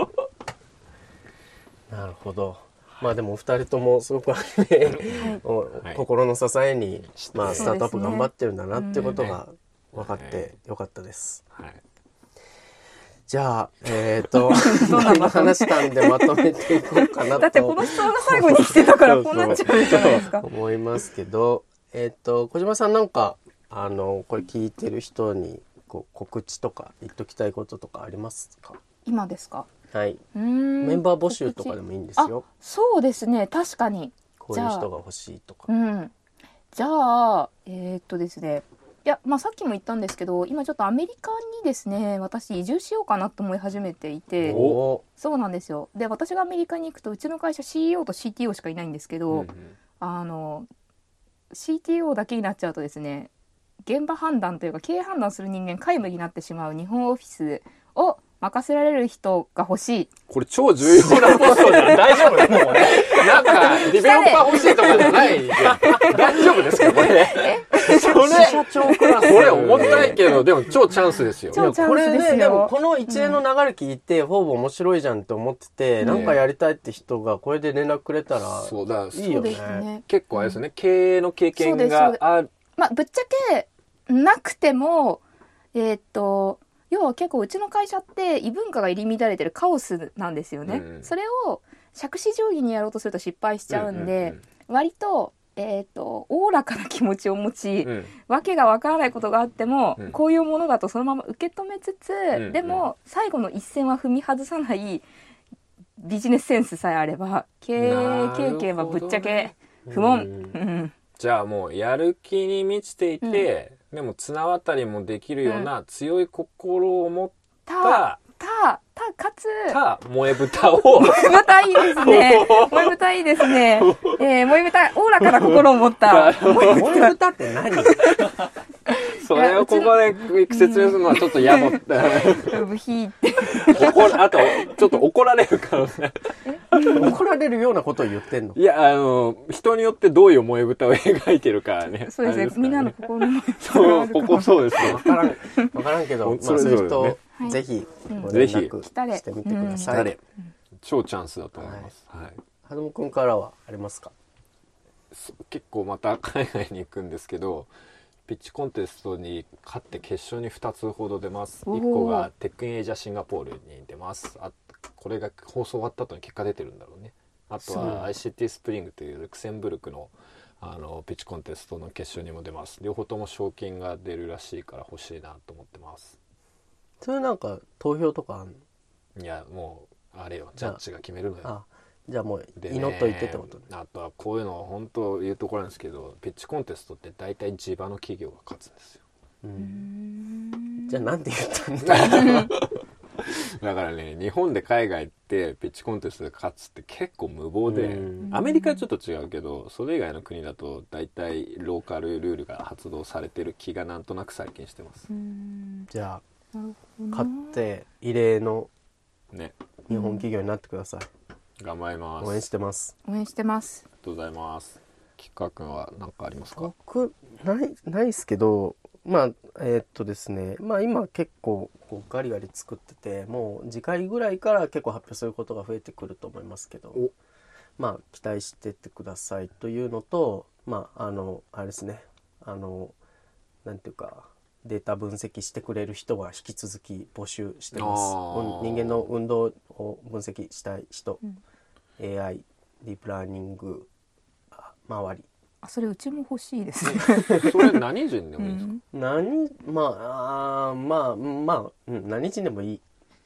なるほど。まあでもお二人ともすごくアニメをはい心の支えに、まあ、 そうですねスタートアップ頑張ってるんだなってことが分かってよかったです。 はいじゃあ、えっ、と、今話したんでまとめていこうかなと。 だってこの質問が最後に来てたからこうなっちゃうじゃないですか。 思いますけど、えっ、と、小島さんなんか、あの、これ聞いてる人にこう告知とか言っときたいこととかありますか？ 今ですか？ はい。 うーんメンバー募集とかでもいいんですよ。 あ、そうですね、確かに。 こういう人が欲しいとかう。ん。じゃあ、えーっとですね。いや、まあさっきも言ったんですけど、今ちょっとアメリカにですね、私移住しようかなと思い始めていて、 おそうなんですよ。で、私がアメリカに行くと、うちの会社 シーイーオー と シーティーオー しかいないんですけど、 うんうんあの、シーティーオー だけになっちゃうとですね、現場判断というか経営判断する人間皆無になってしまう日本オフィスを任せられる人が欲しい。 これ超重要なポストじゃん。大丈夫もうね。なんかディベロッパー欲しいとかじゃないじゃん。大丈夫ですかこれ。それ社長クラス。 これ重たいけどでも超チャンスですよ。 超チャンスこれね、 ですよでもこの一連の流れ聞いて、フォーブ面白いじゃんって思ってて、 うんなんかやりたいって人がこれで連絡くれたらそうだ。 いいそうでよね。 すね。 結構あれですね、経営の経験がある。 まあぶっちゃけなくても、えーっと要は結構うちの会社って異文化が入り乱れてるカオスなんですよね。 うんそれを杓子定規にやろうとすると失敗しちゃうんで、割とえーっとおおらかな気持ちを持ち、 うんうんわけがわからないことがあっても、 うんこういうものだとそのまま受け止めつつ、 んでも最後の一線は踏み外さないビジネスセンスさえあれば経営経験はぶっちゃけ不問、 うんうんじゃあもうやる気に満ちていて、でも綱渡りもできるような強い心を持ったたたかつた萌え豚を萌え豚いいですね萌え豚いいですね、えー、萌え豚おおらかな心を持った萌え豚って何？ それをここで説明するのはちょっと野暮ってブヒーって怒るあとちょっと怒られる可能性怒られるようなことを言ってんの？ いやあの人によってどういう萌え豚を描いてるかねそうですねあれからみんなの心の萌え豚そうここそうですねわからん、わからんけど、まあ、そういう人、 はいぜひうんご連ぜ絡してみてください。 誰超チャンスだと思います、はいはずむくんからはありますか？ そ結構また海外に行くんですけどピッチコンテストに勝って決勝にふたつほど出ます。 おーいっこがテックインエイジャシンガポールに出ますあこれが放送終わった後に結果出てるんだろうね。あとそうは アイシーティー スプリングというルクセンブルクのあのピッチコンテストの決勝にも出ます。両方とも賞金が出るらしいから欲しいなと思ってます。 それなんか投票とかあんの？ いやもうあれよジャッジが決めるのよ。 あ、じゃあもうでね祈っといてってことね。 あとはこういうのは本当言うところなんですけどピッチコンテストって大体地場の企業が勝つんですよ。 うんじゃあなんで言ったんだだからね日本で海外ってピッチコンテストで勝つって結構無謀でうんアメリカはちょっと違うけどそれ以外の国だと大体ローカルルールが発動されてる気がなんとなく最近してますうんじゃあなるほどな勝って異例のね。 日本企業になってください。 頑張ります。 応援してます。 応援してます。 ありがとうございます。吉川君は何かありますか？ 僕ないないですけど、まあえーっとですね、まあ今結構こうガリガリ作ってて、もう次回ぐらいから結構発表することが増えてくると思いますけどお、 まあ期待してってくださいというのと、まああのあれですね、あのなんていうかデータ分析してくれる人は引き続き募集してます。 あーうん人間の運動を分析したい人、 うんエーアイ、ディープラーニングあ周り。 あ、それうちも欲しいですね。 それ何人でもいいんですか？ 何まああーまあまあ、うん、何人でもいい。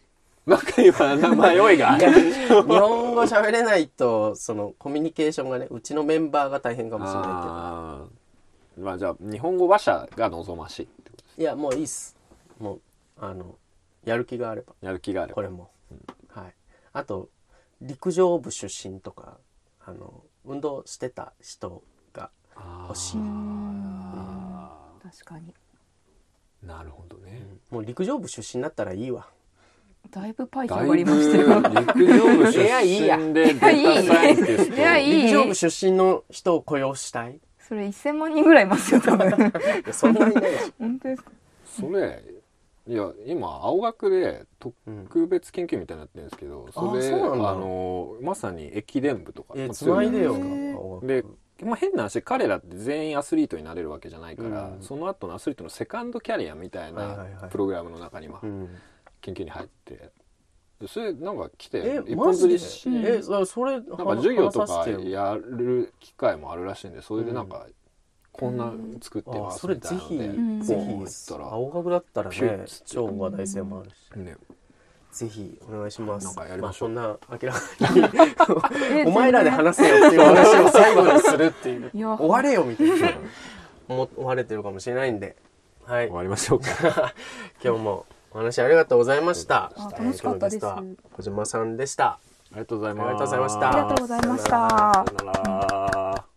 なんか今迷いがいや日本語喋れないとそのコミュニケーションがね、うちのメンバーが大変かもしれないけど。 あー、まあじゃあ日本語話者が望ましいってことです。 いやもういいっす。もうあのやる気があればやる気があればこれも、うん、はい。あと陸上部出身とかあの運動してた人が欲しい。 確かに。 なるほどね、 うん、もう陸上部出身だったらいいわ。 だいぶパイ広がりましたよ。 陸上部出身でデータサイエンティスト。 いやいい陸上部出身の人を雇用したい。 それせんまんにんぐらいいますよ多分。 そんなにいないでしょ。 本当ですか。 それいや今青学で特別研究みたいになってるんですけど、うん、それ あ, あのまさに駅伝部とかえつないでよ。 で、まあ、変な話、彼らって全員アスリートになれるわけじゃないから、うん、その後のアスリートのセカンドキャリアみたいなプログラムの中に、まあ、研究に入ってでそれなんか来て一本釣りし、 えそれなんか授業とかやる機会もあるらしいんで、それでなんか、うん、こんな作ってますみたいなので、 うん、ぜひぜひ青学だったらね超話題性もあるし、ね、ぜひお願いします。 なんかやりましょう。 まあ、そんな明らかにお前らで話せよっていう話を最後にするっていう終われよみたいな思われてるかもしれないんで、はい、 終わりましょうか。 今日もお話ありがとうございました。 あ楽しかったです。 小島さんでした。 ありがとうございます。 ありがとうございました。 ありがとうございました。 さよなら。